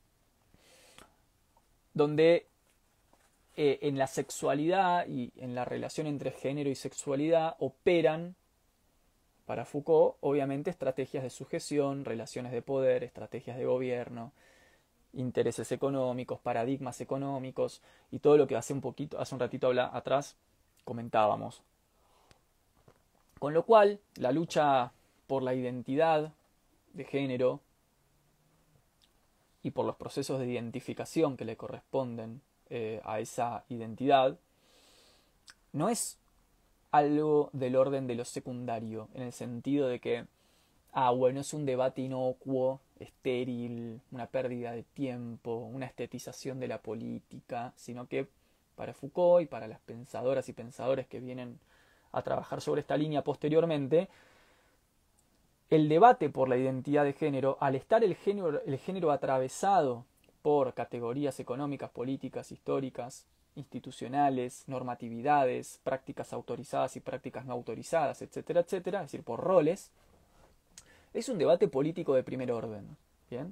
donde eh, en la sexualidad y en la relación entre género y sexualidad operan, para Foucault, obviamente estrategias de sujeción, relaciones de poder, estrategias de gobierno, intereses económicos, paradigmas económicos y todo lo que hace un poquito, hace un ratito habla, atrás comentábamos. Con lo cual, la lucha por la identidad de género y por los procesos de identificación que le corresponden eh, a esa identidad, no es algo del orden de lo secundario, en el sentido de que, ah, bueno, es un debate inocuo, estéril, una pérdida de tiempo, una estetización de la política, sino que para Foucault y para las pensadoras y pensadores que vienen a trabajar sobre esta línea posteriormente, el debate por la identidad de género, al estar el género, el género atravesado por categorías económicas, políticas, históricas, institucionales, normatividades, prácticas autorizadas y prácticas no autorizadas, etcétera, etcétera, es decir, por roles, es un debate político de primer orden. ¿Bien?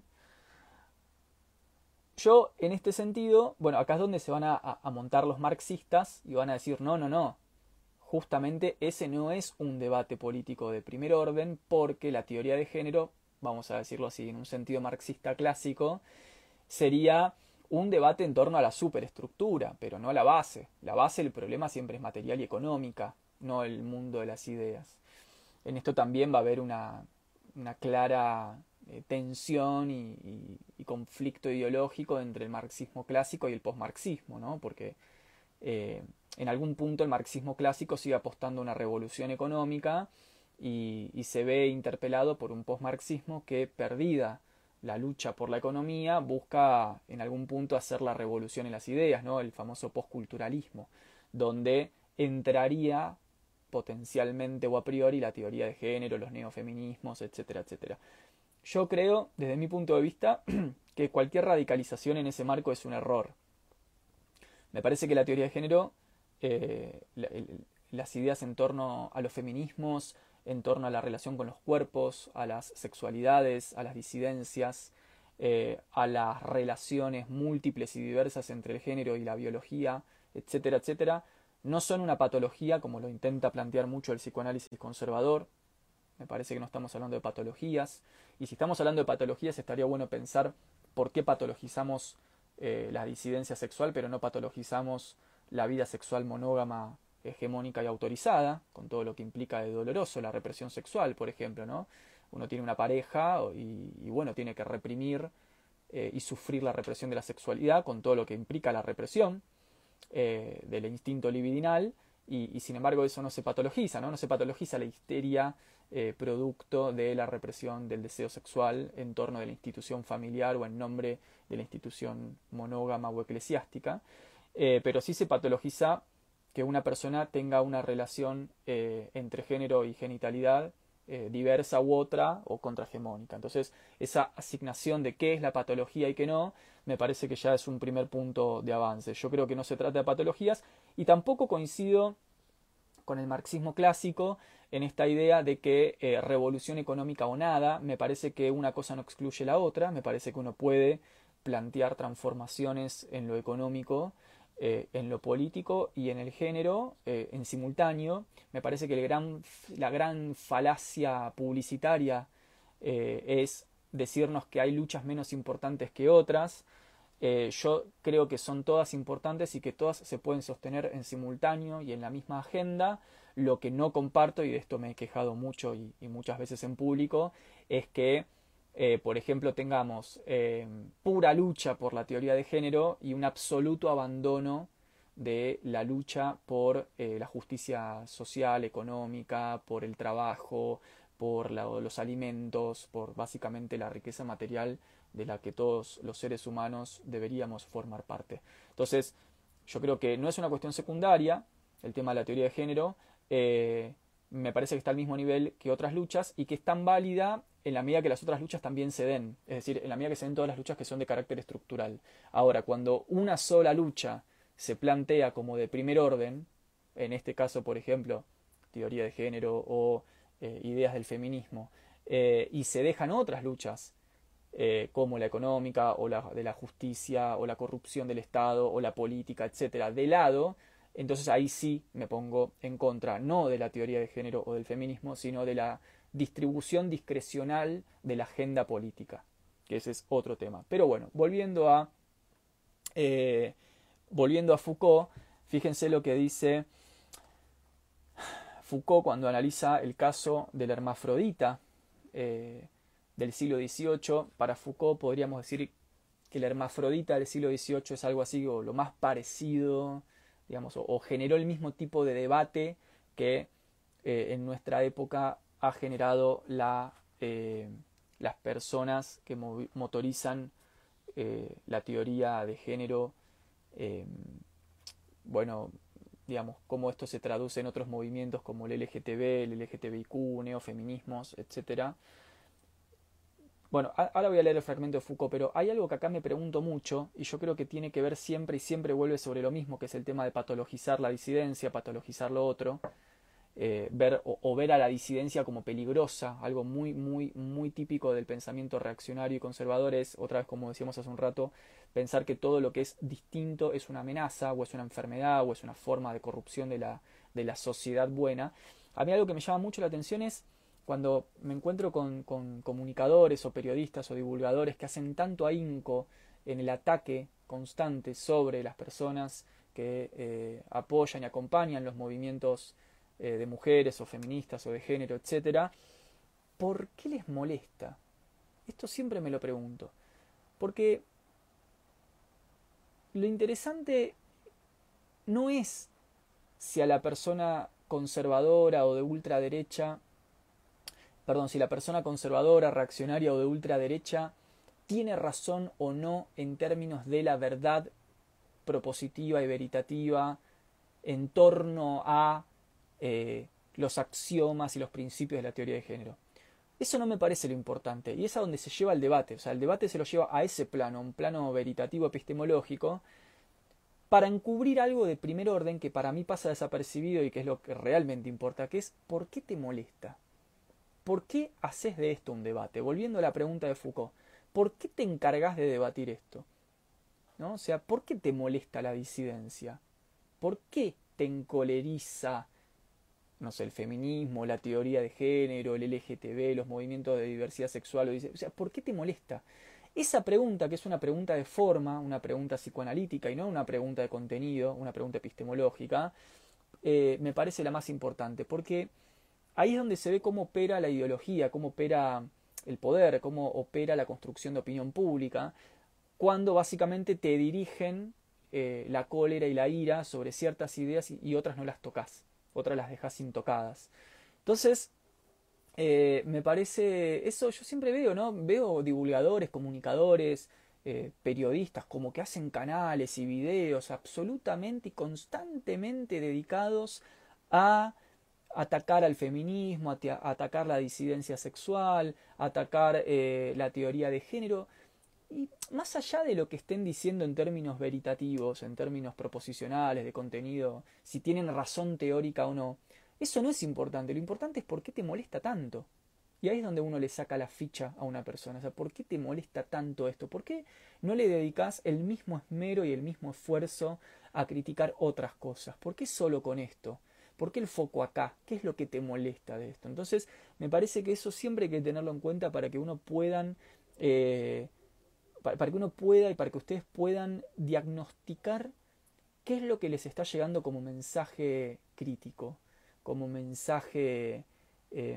Yo, en este sentido, bueno, acá es donde se van a, a montar los marxistas y van a decir, no, no, no, justamente ese no es un debate político de primer orden, porque la teoría de género, vamos a decirlo así, en un sentido marxista clásico, sería un debate en torno a la superestructura, pero no a la base. La base del problema siempre es material y económica, no el mundo de las ideas. En esto también va a haber una, una clara eh, tensión y, y, y conflicto ideológico entre el marxismo clásico y el posmarxismo, ¿no? Porque eh, en algún punto el marxismo clásico sigue apostando a una revolución económica y, y se ve interpelado por un posmarxismo que, perdida la lucha por la economía, busca en algún punto hacer la revolución en las ideas, ¿no? El famoso posculturalismo, donde entraría potencialmente o a priori la teoría de género, los neofeminismos, etcétera, etcétera. Yo creo, desde mi punto de vista, que cualquier radicalización en ese marco es un error. Me parece que la teoría de género, eh, la, el, las ideas en torno a los feminismos, en torno a la relación con los cuerpos, a las sexualidades, a las disidencias, eh, a las relaciones múltiples y diversas entre el género y la biología, etcétera, etcétera, no son una patología como lo intenta plantear mucho el psicoanálisis conservador. Me parece que no estamos hablando de patologías. Y si estamos hablando de patologías, estaría bueno pensar por qué patologizamos eh, la disidencia sexual, pero no patologizamos la vida sexual monógama, hegemónica y autorizada, con todo lo que implica de doloroso, la represión sexual, por ejemplo, ¿no? Uno tiene una pareja y, y bueno, tiene que reprimir eh, y sufrir la represión de la sexualidad, con todo lo que implica la represión eh, del instinto libidinal, y, y sin embargo eso no se patologiza, ¿no? No se patologiza la histeria eh, producto de la represión del deseo sexual en torno de la institución familiar o en nombre de la institución monógama o eclesiástica, eh, pero sí se patologiza que una persona tenga una relación eh, entre género y genitalidad eh, diversa u otra o contrahegemónica. Entonces, esa asignación de qué es la patología y qué no, me parece que ya es un primer punto de avance. Yo creo que no se trata de patologías y tampoco coincido con el marxismo clásico en esta idea de que eh, revolución económica o nada. Me parece que una cosa no excluye la otra, me parece que uno puede plantear transformaciones en lo económico, eh, en lo político y en el género eh, en simultáneo. Me parece que el gran, la gran falacia publicitaria eh, es decirnos que hay luchas menos importantes que otras. Eh, yo creo que son todas importantes y que todas se pueden sostener en simultáneo y en la misma agenda. Lo que no comparto, y de esto me he quejado mucho y, y muchas veces en público, es que, eh, por ejemplo, tengamos eh, pura lucha por la teoría de género y un absoluto abandono de la lucha por eh, la justicia social, económica, por el trabajo, por la, los alimentos, por básicamente la riqueza material de la que todos los seres humanos deberíamos formar parte. Entonces, yo creo que no es una cuestión secundaria el tema de la teoría de género, eh, me parece que está al mismo nivel que otras luchas y que es tan válida en la medida que las otras luchas también se den, es decir, en la medida que se den todas las luchas que son de carácter estructural. Ahora, cuando una sola lucha se plantea como de primer orden, en este caso, por ejemplo, teoría de género o eh, ideas del feminismo, eh, y se dejan otras luchas, eh, como la económica o la de la justicia o la corrupción del Estado o la política, etcétera, de lado, entonces ahí sí me pongo en contra, no de la teoría de género o del feminismo, sino de la distribución discrecional de la agenda política, que ese es otro tema. Pero bueno, volviendo a, eh, volviendo a Foucault, fíjense lo que dice Foucault cuando analiza el caso del hermafrodita eh, del siglo dieciocho. Para Foucault podríamos decir que el hermafrodita del siglo dieciocho es algo así o lo más parecido, digamos, o, o generó el mismo tipo de debate que eh, en nuestra época ha generado la, eh, las personas que motorizan eh, la teoría de género, eh, bueno, digamos, cómo esto se traduce en otros movimientos como el L G T B, el L G T B I Q, neofeminismos, etcétera. Bueno, ahora voy a leer el fragmento de Foucault, pero hay algo que acá me pregunto mucho y yo creo que tiene que ver siempre y siempre vuelve sobre lo mismo, que es el tema de patologizar la disidencia, patologizar lo otro, eh, ver o, o ver a la disidencia como peligrosa, algo muy, muy, muy típico del pensamiento reaccionario y conservador es, otra vez como decíamos hace un rato, pensar que todo lo que es distinto es una amenaza o es una enfermedad o es una forma de corrupción de la, de la sociedad buena. A mí algo que me llama mucho la atención es cuando me encuentro con, con comunicadores o periodistas o divulgadores que hacen tanto ahínco en el ataque constante sobre las personas que eh, apoyan y acompañan los movimientos eh, de mujeres o feministas o de género, etcétera, ¿por qué les molesta? Esto siempre me lo pregunto. Porque lo interesante no es si a la persona conservadora o de ultraderecha perdón, si la persona conservadora, reaccionaria o de ultraderecha tiene razón o no en términos de la verdad propositiva y veritativa en torno a eh, los axiomas y los principios de la teoría de género. Eso no me parece lo importante y es a donde se lleva el debate. O sea, el debate se lo lleva a ese plano, un plano veritativo epistemológico, para encubrir algo de primer orden que para mí pasa desapercibido y que es lo que realmente importa, que es ¿por qué te molesta? ¿Por qué haces de esto un debate? Volviendo a la pregunta de Foucault, ¿por qué te encargas de debatir esto? ¿No? O sea, ¿por qué te molesta la disidencia? ¿Por qué te encoleriza, no sé, el feminismo, la teoría de género, el L G T B, los movimientos de diversidad sexual? O sea, ¿por qué te molesta? Esa pregunta, que es una pregunta de forma, una pregunta psicoanalítica y no una pregunta de contenido, una pregunta epistemológica, eh, me parece la más importante, porque ahí es donde se ve cómo opera la ideología, cómo opera el poder, cómo opera la construcción de opinión pública, cuando básicamente te dirigen eh, la cólera y la ira sobre ciertas ideas y, y otras no las tocas, otras las dejas intocadas. Entonces, eh, me parece, eso yo siempre veo, ¿no? Veo divulgadores, comunicadores, eh, periodistas como que hacen canales y videos absolutamente y constantemente dedicados a atacar al feminismo, a, a atacar la disidencia sexual, a atacar eh, la teoría de género. Y más allá de lo que estén diciendo en términos veritativos, en términos proposicionales, de contenido, si tienen razón teórica o no, eso no es importante. Lo importante es por qué te molesta tanto. Y ahí es donde uno le saca la ficha a una persona. O sea, ¿por qué te molesta tanto esto? ¿Por qué no le dedicas el mismo esmero y el mismo esfuerzo a criticar otras cosas? ¿Por qué solo con esto? ¿Por qué el foco acá? ¿Qué es lo que te molesta de esto? Entonces, me parece que eso siempre hay que tenerlo en cuenta para que uno puedan... Eh, para que uno pueda y para que ustedes puedan diagnosticar qué es lo que les está llegando como mensaje crítico, como mensaje... Eh,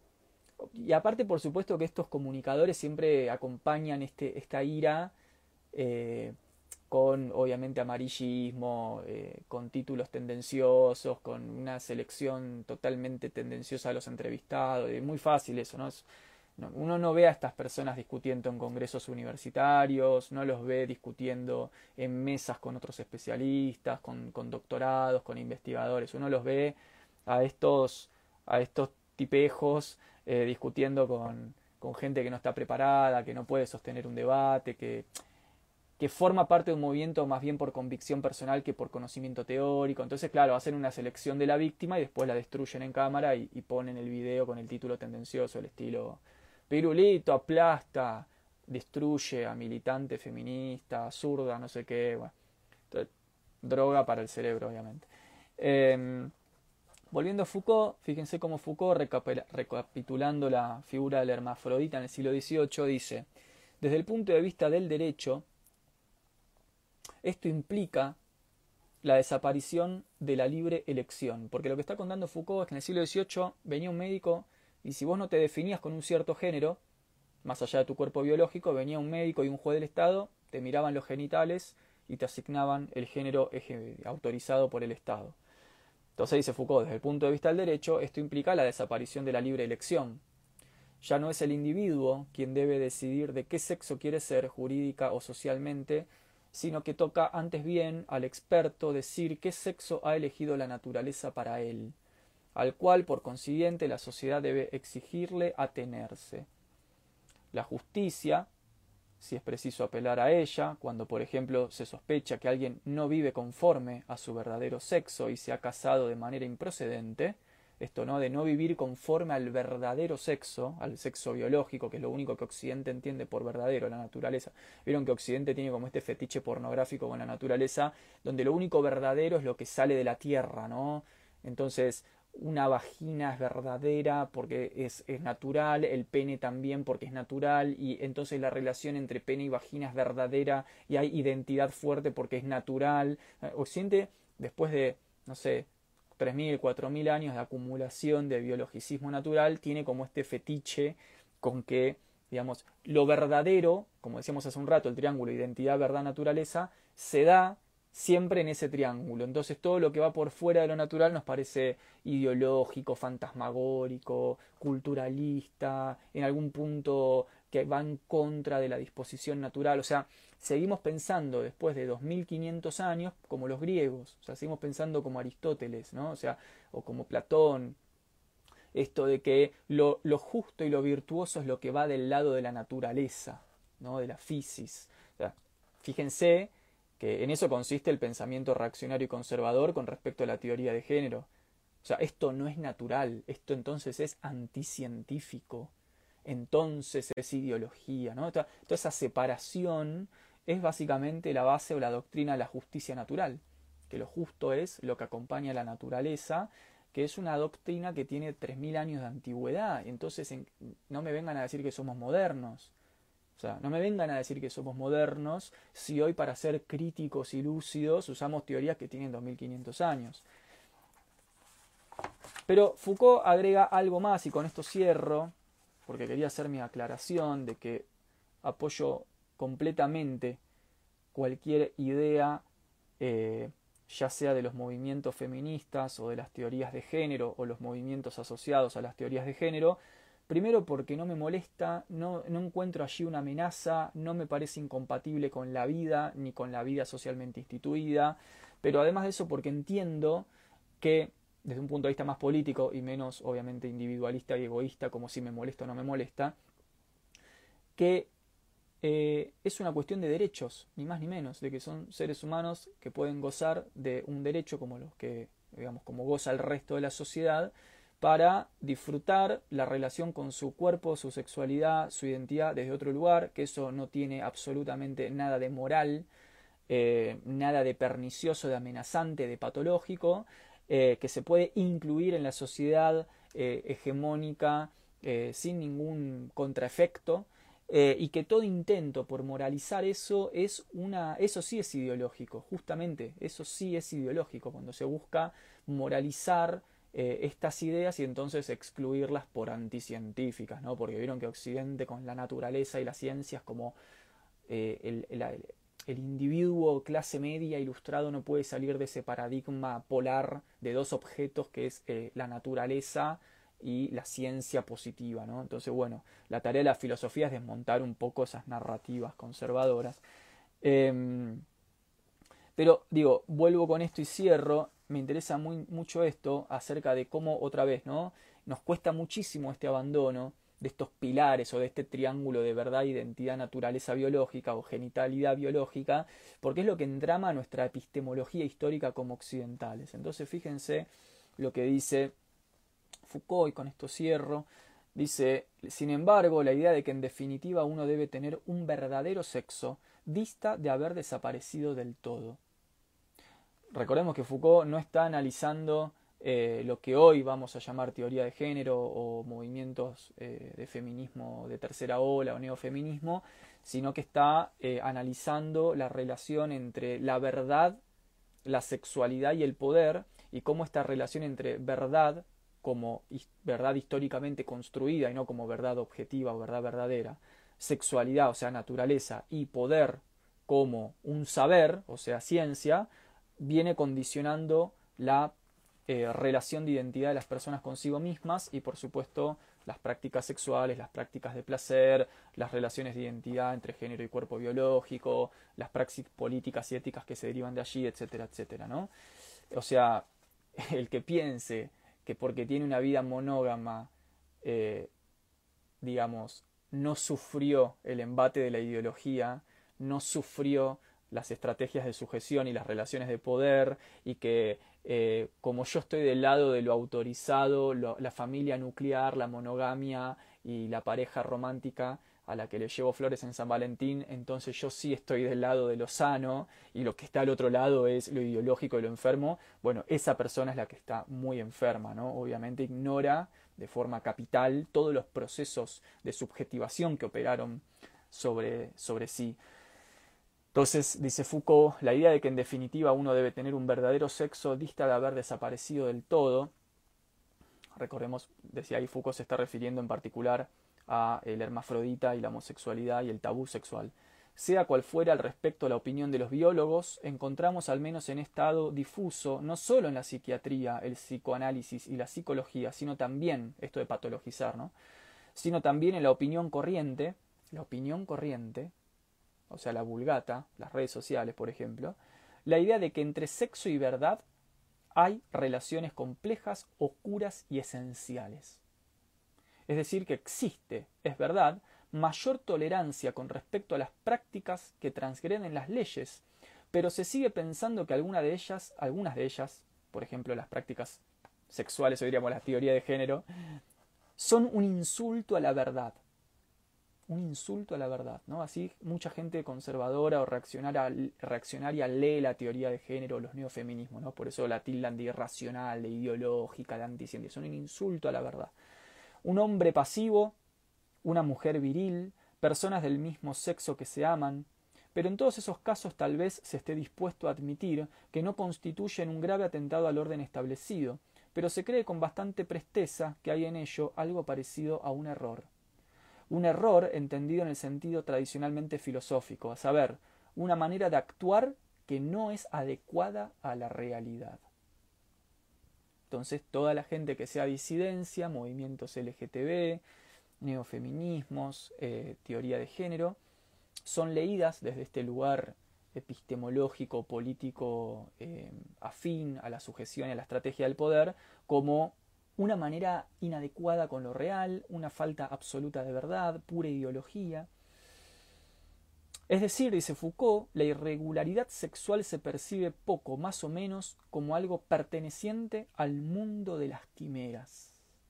y aparte, por supuesto, que estos comunicadores siempre acompañan este, esta ira eh, con, obviamente, amarillismo, eh, con títulos tendenciosos, con una selección totalmente tendenciosa de los entrevistados. Es muy fácil eso, ¿no? Es, no, uno no ve a estas personas discutiendo en congresos universitarios, no los ve discutiendo en mesas con otros especialistas, con, con doctorados, con investigadores. Uno los ve a estos, a estos tipejos eh, discutiendo con, con gente que no está preparada, que no puede sostener un debate, que, que forma parte de un movimiento más bien por convicción personal que por conocimiento teórico. Entonces, claro, hacen una selección de la víctima y después la destruyen en cámara y, y ponen el video con el título tendencioso, el estilo Pirulito aplasta, destruye a militante feminista, zurda, no sé qué. Bueno, entonces, droga para el cerebro, obviamente. Eh, volviendo a Foucault, fíjense cómo Foucault, recapitulando la figura del hermafrodita en el siglo dieciocho, dice: desde el punto de vista del derecho, esto implica la desaparición de la libre elección. Porque lo que está contando Foucault es que en el siglo dieciocho venía un médico y si vos no te definías con un cierto género, más allá de tu cuerpo biológico, venía un médico y un juez del Estado, te miraban los genitales y te asignaban el género autorizado por el Estado. Entonces dice Foucault, desde el punto de vista del derecho, esto implica la desaparición de la libre elección. Ya no es el individuo quien debe decidir de qué sexo quiere ser jurídica o socialmente, sino que toca antes bien al experto decir qué sexo ha elegido la naturaleza para él, al cual por consiguiente la sociedad debe exigirle atenerse. La justicia, si es preciso apelar a ella, cuando por ejemplo se sospecha que alguien no vive conforme a su verdadero sexo y se ha casado de manera improcedente, esto no de no vivir conforme al verdadero sexo, al sexo biológico, que es lo único que Occidente entiende por verdadero, la naturaleza. Vieron que Occidente tiene como este fetiche pornográfico con la naturaleza, donde lo único verdadero es lo que sale de la tierra, ¿no? Entonces, una vagina es verdadera porque es, es natural, el pene también porque es natural, y entonces la relación entre pene y vagina es verdadera y hay identidad fuerte porque es natural. Occidente, después de, no sé, tres mil, cuatro mil años de acumulación de biologicismo natural, tiene como este fetiche con que, digamos, lo verdadero, como decíamos hace un rato, el triángulo identidad, verdad, naturaleza, se da siempre en ese triángulo. Entonces todo lo que va por fuera de lo natural nos parece ideológico, fantasmagórico, culturalista, en algún punto que va en contra de la disposición natural. O sea, seguimos pensando después de dos mil quinientos años como los griegos, o sea, seguimos pensando como Aristóteles, ¿no? O sea, o como Platón, esto de que lo, lo justo y lo virtuoso es lo que va del lado de la naturaleza, ¿no? De la physis. O sea, fíjense que en eso consiste el pensamiento reaccionario y conservador con respecto a la teoría de género. O sea, esto no es natural, esto entonces es anticientífico, entonces es ideología, ¿no? Toda, toda esa separación es básicamente la base o la doctrina de la justicia natural, que lo justo es lo que acompaña a la naturaleza, que es una doctrina que tiene tres mil años de antigüedad, y entonces en, no me vengan a decir que somos modernos. O sea, no me vengan a decir que somos modernos si hoy para ser críticos y lúcidos usamos teorías que tienen dos mil quinientos años. Pero Foucault agrega algo más y con esto cierro, porque quería hacer mi aclaración de que apoyo completamente cualquier idea, eh, ya sea de los movimientos feministas o de las teorías de género o los movimientos asociados a las teorías de género, Primero porque no me molesta, no, no encuentro allí una amenaza, no me parece incompatible con la vida ni con la vida socialmente instituida, pero además de eso porque entiendo que desde un punto de vista más político y menos obviamente individualista y egoísta, como si me molesta o no me molesta, que eh, es una cuestión de derechos, ni más ni menos, de que son seres humanos que pueden gozar de un derecho como los que, digamos, como goza el resto de la sociedad, para disfrutar la relación con su cuerpo, su sexualidad, su identidad desde otro lugar, que eso no tiene absolutamente nada de moral, eh, nada de pernicioso, de amenazante, de patológico, eh, que se puede incluir en la sociedad eh, hegemónica eh, sin ningún contraefecto, eh, y que todo intento por moralizar eso es una, eso sí es ideológico, justamente, eso sí es ideológico, cuando se busca moralizar eh, estas ideas y entonces excluirlas por anticientíficas, ¿no? Porque vieron que Occidente con la naturaleza y las ciencias como eh, el, el, el individuo clase media ilustrado no puede salir de ese paradigma polar de dos objetos que es eh, la naturaleza y la ciencia positiva, ¿no? Entonces, bueno, la tarea de la filosofía es desmontar un poco esas narrativas conservadoras. Eh, pero digo, vuelvo con esto y cierro. Me interesa muy, mucho esto acerca de cómo otra vez, ¿no? Nos cuesta muchísimo este abandono de estos pilares o de este triángulo de verdad, identidad, naturaleza biológica o genitalidad biológica, porque es lo que entrama nuestra epistemología histórica como occidentales. Entonces fíjense lo que dice Foucault, y con esto cierro, dice, sin embargo, la idea de que en definitiva uno debe tener un verdadero sexo dista de haber desaparecido del todo. Recordemos que Foucault no está analizando eh, lo que hoy vamos a llamar teoría de género o movimientos eh, de feminismo de tercera ola o neofeminismo, sino que está eh, analizando la relación entre la verdad, la sexualidad y el poder, y cómo esta relación entre verdad como verdad históricamente construida y no como verdad objetiva o verdad verdadera, sexualidad, o sea, naturaleza, y poder como un saber, o sea, ciencia, viene condicionando la eh, relación de identidad de las personas consigo mismas y, por supuesto, las prácticas sexuales, las prácticas de placer, las relaciones de identidad entre género y cuerpo biológico, las praxis políticas y éticas que se derivan de allí, etcétera, etcétera, ¿no? O sea, el que piense que porque tiene una vida monógama, eh, digamos, no sufrió el embate de la ideología, no sufrió las estrategias de sujeción y las relaciones de poder, y que eh, como yo estoy del lado de lo autorizado, lo, la familia nuclear, la monogamia y la pareja romántica a la que le llevo flores en San Valentín, entonces yo sí estoy del lado de lo sano y lo que está al otro lado es lo ideológico y lo enfermo. Bueno, esa persona es la que está muy enferma, ¿no? Obviamente ignora de forma capital todos los procesos de subjetivación que operaron sobre, sobre sí. Entonces, dice Foucault, la idea de que en definitiva uno debe tener un verdadero sexo dista de haber desaparecido del todo. Recordemos, decía ahí, Foucault se está refiriendo en particular a el hermafrodita y la homosexualidad y el tabú sexual. Sea cual fuera al respecto la opinión de los biólogos, encontramos al menos en estado difuso, no solo en la psiquiatría, el psicoanálisis y la psicología, sino también, esto de patologizar, ¿no? Sino también en la opinión corriente, la opinión corriente, o sea, la vulgata, las redes sociales, por ejemplo, la idea de que entre sexo y verdad hay relaciones complejas, oscuras y esenciales. Es decir, que existe, es verdad, mayor tolerancia con respecto a las prácticas que transgreden las leyes, pero se sigue pensando que alguna de ellas, algunas de ellas, por ejemplo las prácticas sexuales, o diríamos la teoría de género, son un insulto a la verdad. Un insulto a la verdad, ¿no? Así mucha gente conservadora o reaccionaria, reaccionaria lee la teoría de género, los neofeminismos, ¿no? Por eso la tildan de irracional, de ideológica, de anticientífica. Son un insulto a la verdad. Un hombre pasivo, una mujer viril, personas del mismo sexo que se aman, pero en todos esos casos tal vez se esté dispuesto a admitir que no constituyen un grave atentado al orden establecido, pero se cree con bastante presteza que hay en ello algo parecido a un error. Un error entendido en el sentido tradicionalmente filosófico, a saber, una manera de actuar que no es adecuada a la realidad. Entonces, toda la gente que sea disidencia, movimientos L G T B, neofeminismos, eh, teoría de género, son leídas desde este lugar epistemológico, político, eh, afín a la sujeción y a la estrategia del poder, como una manera inadecuada con lo real, una falta absoluta de verdad, pura ideología. Es decir, dice Foucault, la irregularidad sexual se percibe poco más o menos como algo perteneciente al mundo de las quimeras.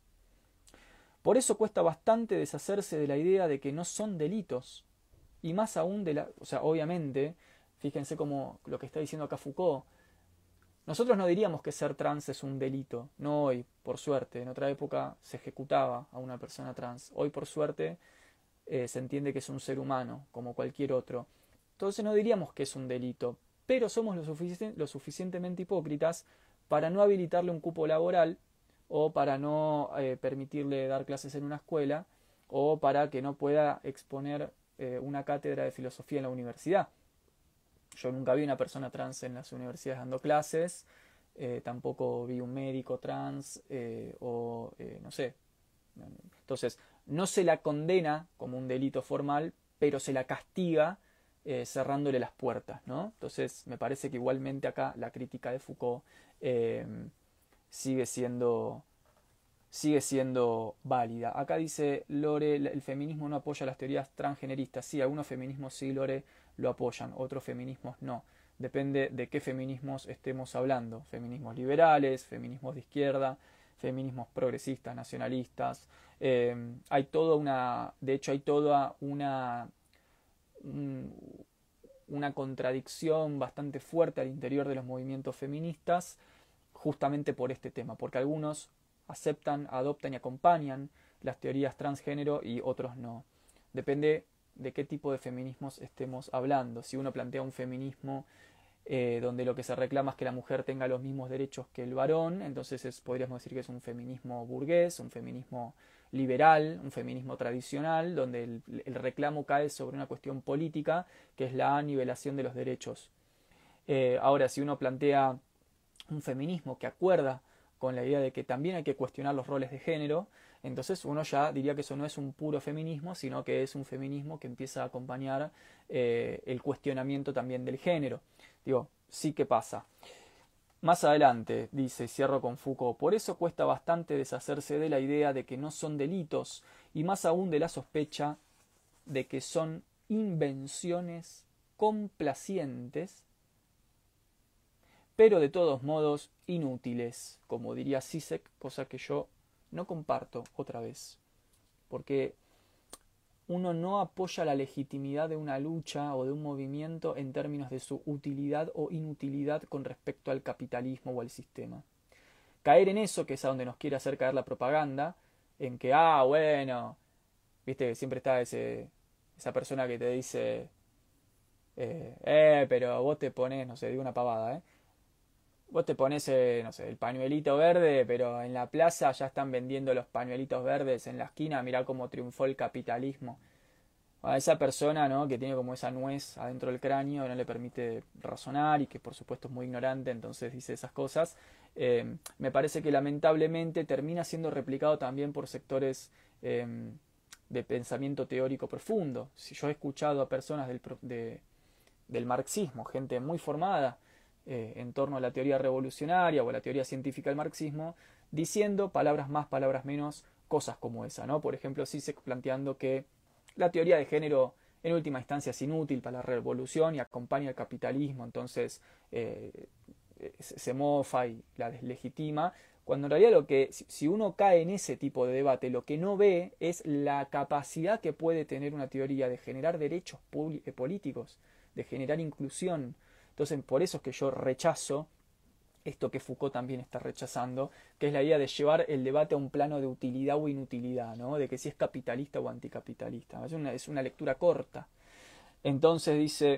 Por eso cuesta bastante deshacerse de la idea de que no son delitos, y más aún de la... O sea, obviamente, fíjense como lo que está diciendo acá Foucault, nosotros no diríamos que ser trans es un delito, no hoy, por suerte, en otra época se ejecutaba a una persona trans, hoy por suerte eh, se entiende que es un ser humano, como cualquier otro, entonces no diríamos que es un delito, pero somos lo, sufici- lo suficientemente hipócritas para no habilitarle un cupo laboral, o para no eh, permitirle dar clases en una escuela, o para que no pueda exponer eh, una cátedra de filosofía en la universidad. Yo nunca vi una persona trans en las universidades dando clases, eh, tampoco vi un médico trans, eh, o eh, no sé. Entonces, no se la condena como un delito formal, pero se la castiga eh, cerrándole las puertas, ¿no? Entonces, me parece que igualmente acá la crítica de Foucault eh, sigue siendo sigue siendo válida. Acá dice Lore, el feminismo no apoya las teorías transgeneristas. Sí, algunos feminismos sí, Lore, lo apoyan, otros feminismos no. Depende de qué feminismos estemos hablando. Feminismos liberales, feminismos de izquierda, feminismos progresistas, nacionalistas. Eh, hay toda una, de hecho hay toda una, un, una contradicción bastante fuerte al interior de los movimientos feministas, justamente por este tema, porque algunos aceptan, adoptan y acompañan las teorías transgénero y otros no. Depende de qué tipo de feminismos estemos hablando. Si uno plantea un feminismo eh, donde lo que se reclama es que la mujer tenga los mismos derechos que el varón, entonces es, podríamos decir que es un feminismo burgués, un feminismo liberal, un feminismo tradicional, donde el, el reclamo cae sobre una cuestión política, que es la nivelación de los derechos. Eh, ahora, si uno plantea un feminismo que acuerda con la idea de que también hay que cuestionar los roles de género, entonces uno ya diría que eso no es un puro feminismo, sino que es un feminismo que empieza a acompañar eh, el cuestionamiento también del género. Digo, sí que pasa. Más adelante, dice, cierro con Foucault, por eso cuesta bastante deshacerse de la idea de que no son delitos, y más aún de la sospecha de que son invenciones complacientes, pero de todos modos inútiles, como diría Zizek, cosa que yo no comparto otra vez, porque uno no apoya la legitimidad de una lucha o de un movimiento en términos de su utilidad o inutilidad con respecto al capitalismo o al sistema. Caer en eso, que es a donde nos quiere hacer caer la propaganda, en que, ah, bueno, viste que siempre está ese, esa persona que te dice, eh, eh, pero vos te pones, no sé, digo una pavada, eh, vos te pones, eh, no sé, el pañuelito verde, pero en la plaza ya están vendiendo los pañuelitos verdes en la esquina, mirá cómo triunfó el capitalismo. A esa persona, ¿no?, que tiene como esa nuez adentro del cráneo, no le permite razonar y que por supuesto es muy ignorante, entonces dice esas cosas. Eh, me parece que lamentablemente termina siendo replicado también por sectores eh, de pensamiento teórico profundo. Si yo he escuchado a personas del, de, del marxismo, gente muy formada, Eh, en torno a la teoría revolucionaria o a la teoría científica del marxismo, diciendo palabras más, palabras menos, cosas como esa, ¿no? Por ejemplo, Zizek planteando que la teoría de género en última instancia es inútil para la revolución y acompaña al capitalismo, entonces eh, se mofa y la deslegitima, cuando en realidad lo que, si uno cae en ese tipo de debate, lo que no ve es la capacidad que puede tener una teoría de generar derechos políticos, de generar inclusión. Entonces, por eso es que yo rechazo esto que Foucault también está rechazando, que es la idea de llevar el debate a un plano de utilidad o inutilidad, ¿no? De que si es capitalista o anticapitalista. Es una, es una lectura corta. Entonces dice,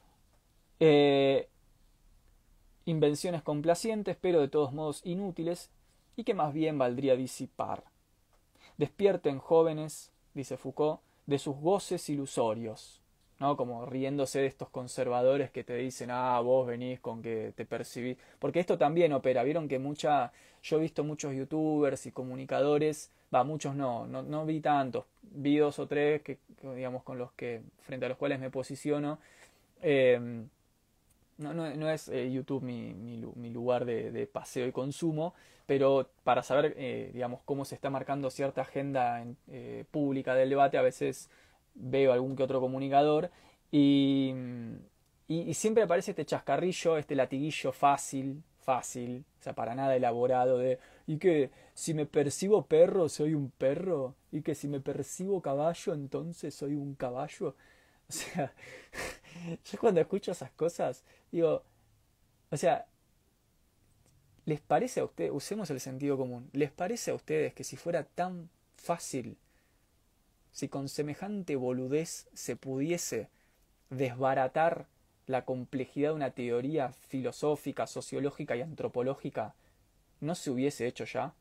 eh, invenciones complacientes, pero de todos modos inútiles, y que más bien valdría disipar. Despierten, jóvenes, dice Foucault, de sus goces ilusorios, ¿no? Como riéndose de estos conservadores que te dicen, ah, vos venís con que te percibís. Porque esto también opera. Vieron que mucha, yo he visto muchos youtubers y comunicadores va, muchos no, no, no vi tantos, vi dos o tres que, que, digamos, con los que, frente a los cuales me posiciono. Eh, no, no, no es eh, YouTube mi, mi, mi lugar de, de paseo y consumo, pero para saber, eh, digamos, cómo se está marcando cierta agenda en, eh, pública del debate, a veces veo algún que otro comunicador y, y, y siempre aparece este chascarrillo, este latiguillo fácil, fácil, o sea, para nada elaborado de, y que si me percibo perro soy un perro, y que si me percibo caballo entonces soy un caballo. O sea, yo cuando escucho esas cosas, digo, o sea, ¿les parece a ustedes, usemos el sentido común, ¿les parece a ustedes que si fuera tan fácil, si con semejante boludez se pudiese desbaratar la complejidad de una teoría filosófica, sociológica y antropológica, no se hubiese hecho ya?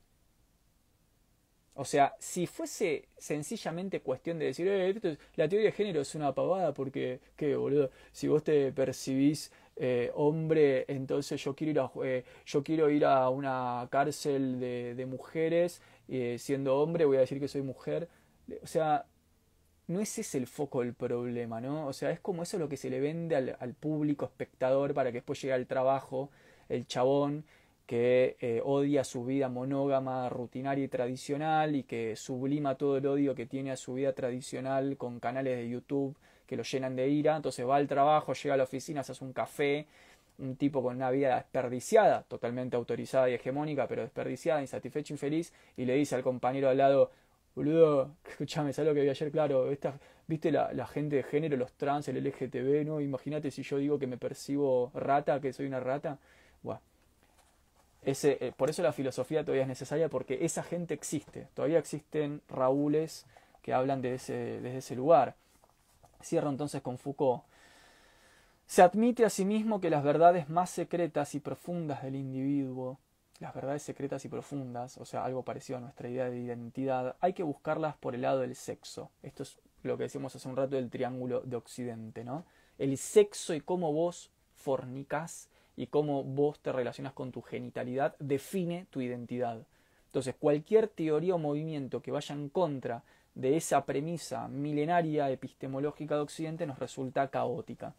O sea, si fuese sencillamente cuestión de decir, eh, esto es- la teoría de género es una pavada porque, ¿qué, boludo? Si vos te percibís eh, hombre, entonces yo quiero ir a, ju- eh, yo quiero ir a una cárcel de, de mujeres, eh, siendo hombre voy a decir que soy mujer. O sea, no es ese el foco del problema, ¿no? O sea, es como eso lo que se le vende al, al público espectador para que después llegue al trabajo el chabón que eh, odia su vida monógama, rutinaria y tradicional y que sublima todo el odio que tiene a su vida tradicional con canales de YouTube que lo llenan de ira. Entonces va al trabajo, llega a la oficina, se hace un café, un tipo con una vida desperdiciada, totalmente autorizada y hegemónica, pero desperdiciada, insatisfecho, infeliz, y le dice al compañero al lado, boludo, escuchame, ¿sabes lo que vi ayer? Claro, esta, viste la, la gente de género, los trans, el L G T B, ¿no? Imagínate si yo digo que me percibo rata, que soy una rata. Bueno, ese, eh, por eso la filosofía todavía es necesaria, porque esa gente existe. Todavía existen Raúles que hablan desde ese, desde ese lugar. Cierro entonces con Foucault. Se admite asimismo que las verdades más secretas y profundas del individuo, las verdades secretas y profundas, o sea, algo parecido a nuestra idea de identidad, hay que buscarlas por el lado del sexo. Esto es lo que decíamos hace un rato del triángulo de Occidente, ¿no? El sexo y cómo vos fornicás y cómo vos te relacionas con tu genitalidad define tu identidad. Entonces, cualquier teoría o movimiento que vaya en contra de esa premisa milenaria epistemológica de Occidente nos resulta caótica.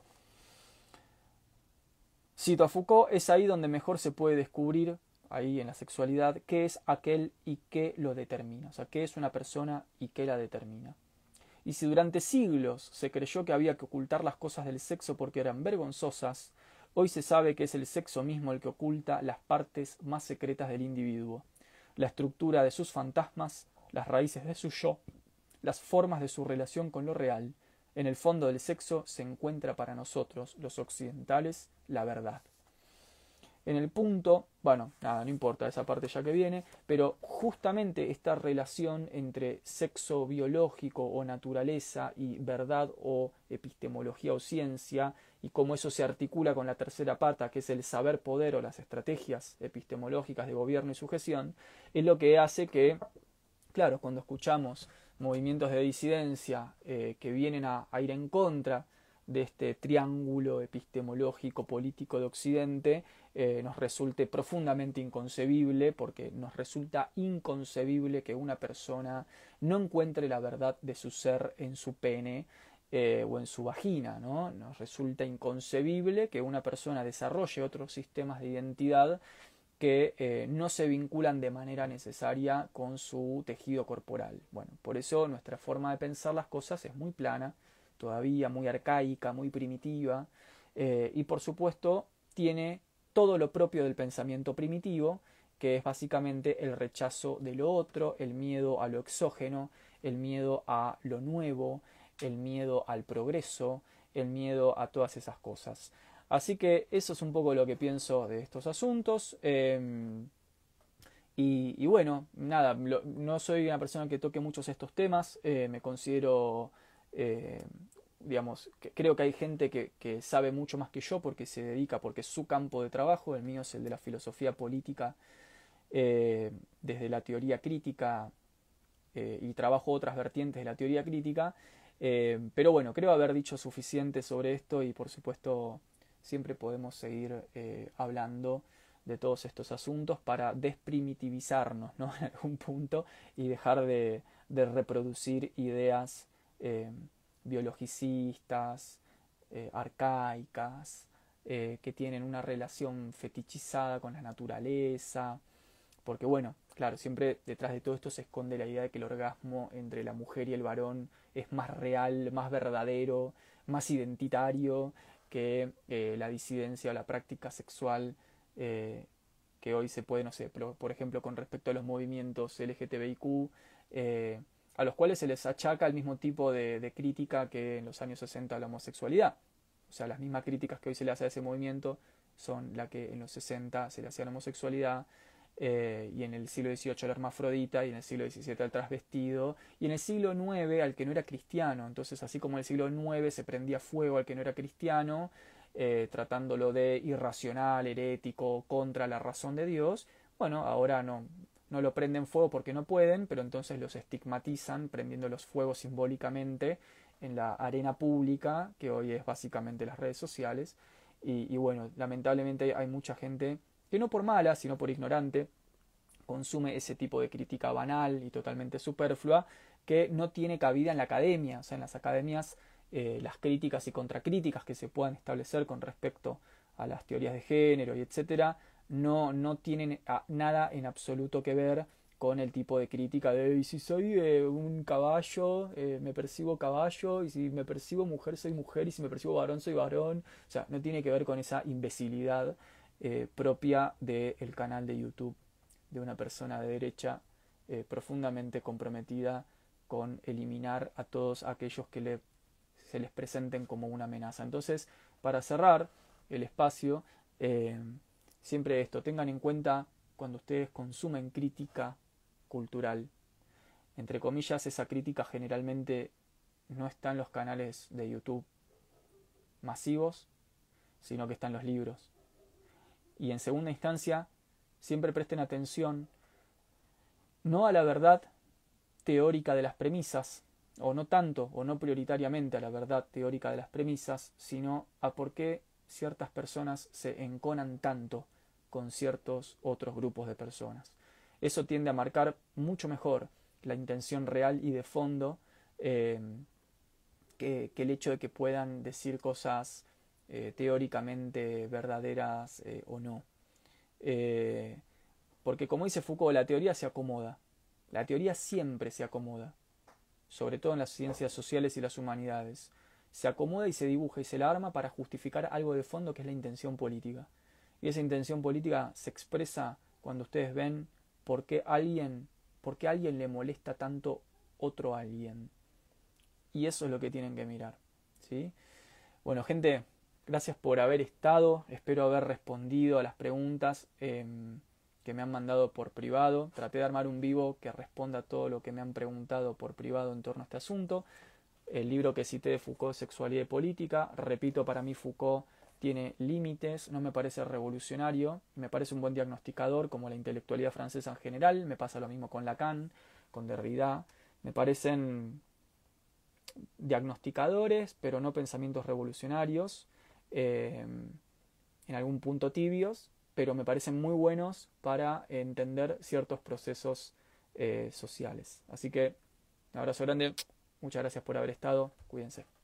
Cito a Foucault, es ahí donde mejor se puede descubrir, ahí en la sexualidad, qué es aquel y qué lo determina. O sea, qué es una persona y qué la determina. Y si durante siglos se creyó que había que ocultar las cosas del sexo porque eran vergonzosas, hoy se sabe que es el sexo mismo el que oculta las partes más secretas del individuo, la estructura de sus fantasmas, las raíces de su yo, las formas de su relación con lo real. En el fondo del sexo se encuentra para nosotros, los occidentales, la verdad. En el punto, bueno, nada, no importa esa parte ya que viene, pero justamente esta relación entre sexo biológico o naturaleza y verdad o epistemología o ciencia, y cómo eso se articula con la tercera pata, que es el saber poder o las estrategias epistemológicas de gobierno y sujeción, es lo que hace que, claro, cuando escuchamos movimientos de disidencia eh, que vienen a, a ir en contra de este triángulo epistemológico político de Occidente, eh, nos resulte profundamente inconcebible, porque nos resulta inconcebible que una persona no encuentre la verdad de su ser en su pene eh, o en su vagina, ¿no? Nos resulta inconcebible que una persona desarrolle otros sistemas de identidad que eh, no se vinculan de manera necesaria con su tejido corporal. Bueno, por eso nuestra forma de pensar las cosas es muy plana, todavía muy arcaica, muy primitiva, eh, y por supuesto tiene todo lo propio del pensamiento primitivo, que es básicamente el rechazo de lo otro, el miedo a lo exógeno, el miedo a lo nuevo, el miedo al progreso, el miedo a todas esas cosas. Así que eso es un poco lo que pienso de estos asuntos. Eh, y, y, bueno, nada, lo, no soy una persona que toque muchos estos temas. Eh, me considero, eh, digamos, que creo que hay gente que, que sabe mucho más que yo porque se dedica, porque es su campo de trabajo. El mío es el de la filosofía política eh, desde la teoría crítica eh, y trabajo otras vertientes de la teoría crítica. Eh, pero bueno, creo haber dicho suficiente sobre esto y por supuesto siempre podemos seguir eh, hablando de todos estos asuntos para desprimitivizarnos, ¿no? En algún punto, y dejar de, de reproducir ideas eh, biologicistas, eh, arcaicas, eh, que tienen una relación fetichizada con la naturaleza, porque bueno, claro, siempre detrás de todo esto se esconde la idea de que el orgasmo entre la mujer y el varón es más real, más verdadero, más identitario que eh, la disidencia o la práctica sexual eh, que hoy se puede, no sé, por, por ejemplo, con respecto a los movimientos L G T B I Q, eh, a los cuales se les achaca el mismo tipo de, de crítica que en los años sesenta a la homosexualidad. O sea, las mismas críticas que hoy se le hace a ese movimiento son las que en los sesenta se le hacía a la homosexualidad, eh, y en el siglo dieciocho al hermafrodita, y en el siglo diecisiete al transvestido, y en el siglo nueve al que no era cristiano. Entonces, así como en el siglo nueve se prendía fuego al que no era cristiano, eh, tratándolo de irracional, herético, contra la razón de Dios, bueno, ahora no, no lo prenden fuego porque no pueden, pero entonces los estigmatizan prendiéndolos fuego simbólicamente en la arena pública, que hoy es básicamente las redes sociales. Y, y bueno, lamentablemente hay mucha gente que no por mala, sino por ignorante, consume ese tipo de crítica banal y totalmente superflua que no tiene cabida en la academia. O sea, en las academias eh, las críticas y contracríticas que se puedan establecer con respecto a las teorías de género y etcétera no, no tienen a, nada en absoluto que ver con el tipo de crítica de y si soy eh, un caballo, eh, me percibo caballo, y si me percibo mujer, soy mujer, y si me percibo varón, soy varón. O sea, no tiene que ver con esa imbecilidad eh, propia del canal de YouTube de una persona de derecha eh, profundamente comprometida con eliminar a todos aquellos que le, se les presenten como una amenaza. Entonces, para cerrar el espacio, eh, siempre esto, tengan en cuenta cuando ustedes consumen crítica cultural, entre comillas, esa crítica generalmente no está en los canales de YouTube masivos, sino que está en los libros. Y en segunda instancia, siempre presten atención no a la verdad teórica de las premisas, o no tanto, o no prioritariamente a la verdad teórica de las premisas, sino a por qué ciertas personas se enconan tanto con ciertos otros grupos de personas. Eso tiende a marcar mucho mejor la intención real y de fondo eh, que, que el hecho de que puedan decir cosas eh, teóricamente verdaderas eh, o no. Eh, porque como dice Foucault, la teoría se acomoda. La teoría siempre se acomoda, sobre todo en las ciencias sociales y las humanidades. Se acomoda y se dibuja y se la arma para justificar algo de fondo que es la intención política. Y esa intención política se expresa cuando ustedes ven por qué alguien, por qué a alguien le molesta tanto otro alguien. Y eso es lo que tienen que mirar, ¿sí? Bueno, gente, gracias por haber estado. Espero haber respondido a las preguntas eh, que me han mandado por privado. Traté de armar un vivo que responda a todo lo que me han preguntado por privado en torno a este asunto. El libro que cité de Foucault, Sexualidad y Política. Repito, para mí Foucault tiene límites, no me parece revolucionario, me parece un buen diagnosticador como la intelectualidad francesa en general. Me pasa lo mismo con Lacan, con Derrida. Me parecen diagnosticadores, pero no pensamientos revolucionarios, eh, en algún punto tibios, pero me parecen muy buenos para entender ciertos procesos eh, sociales. Así que un abrazo grande, muchas gracias por haber estado, cuídense.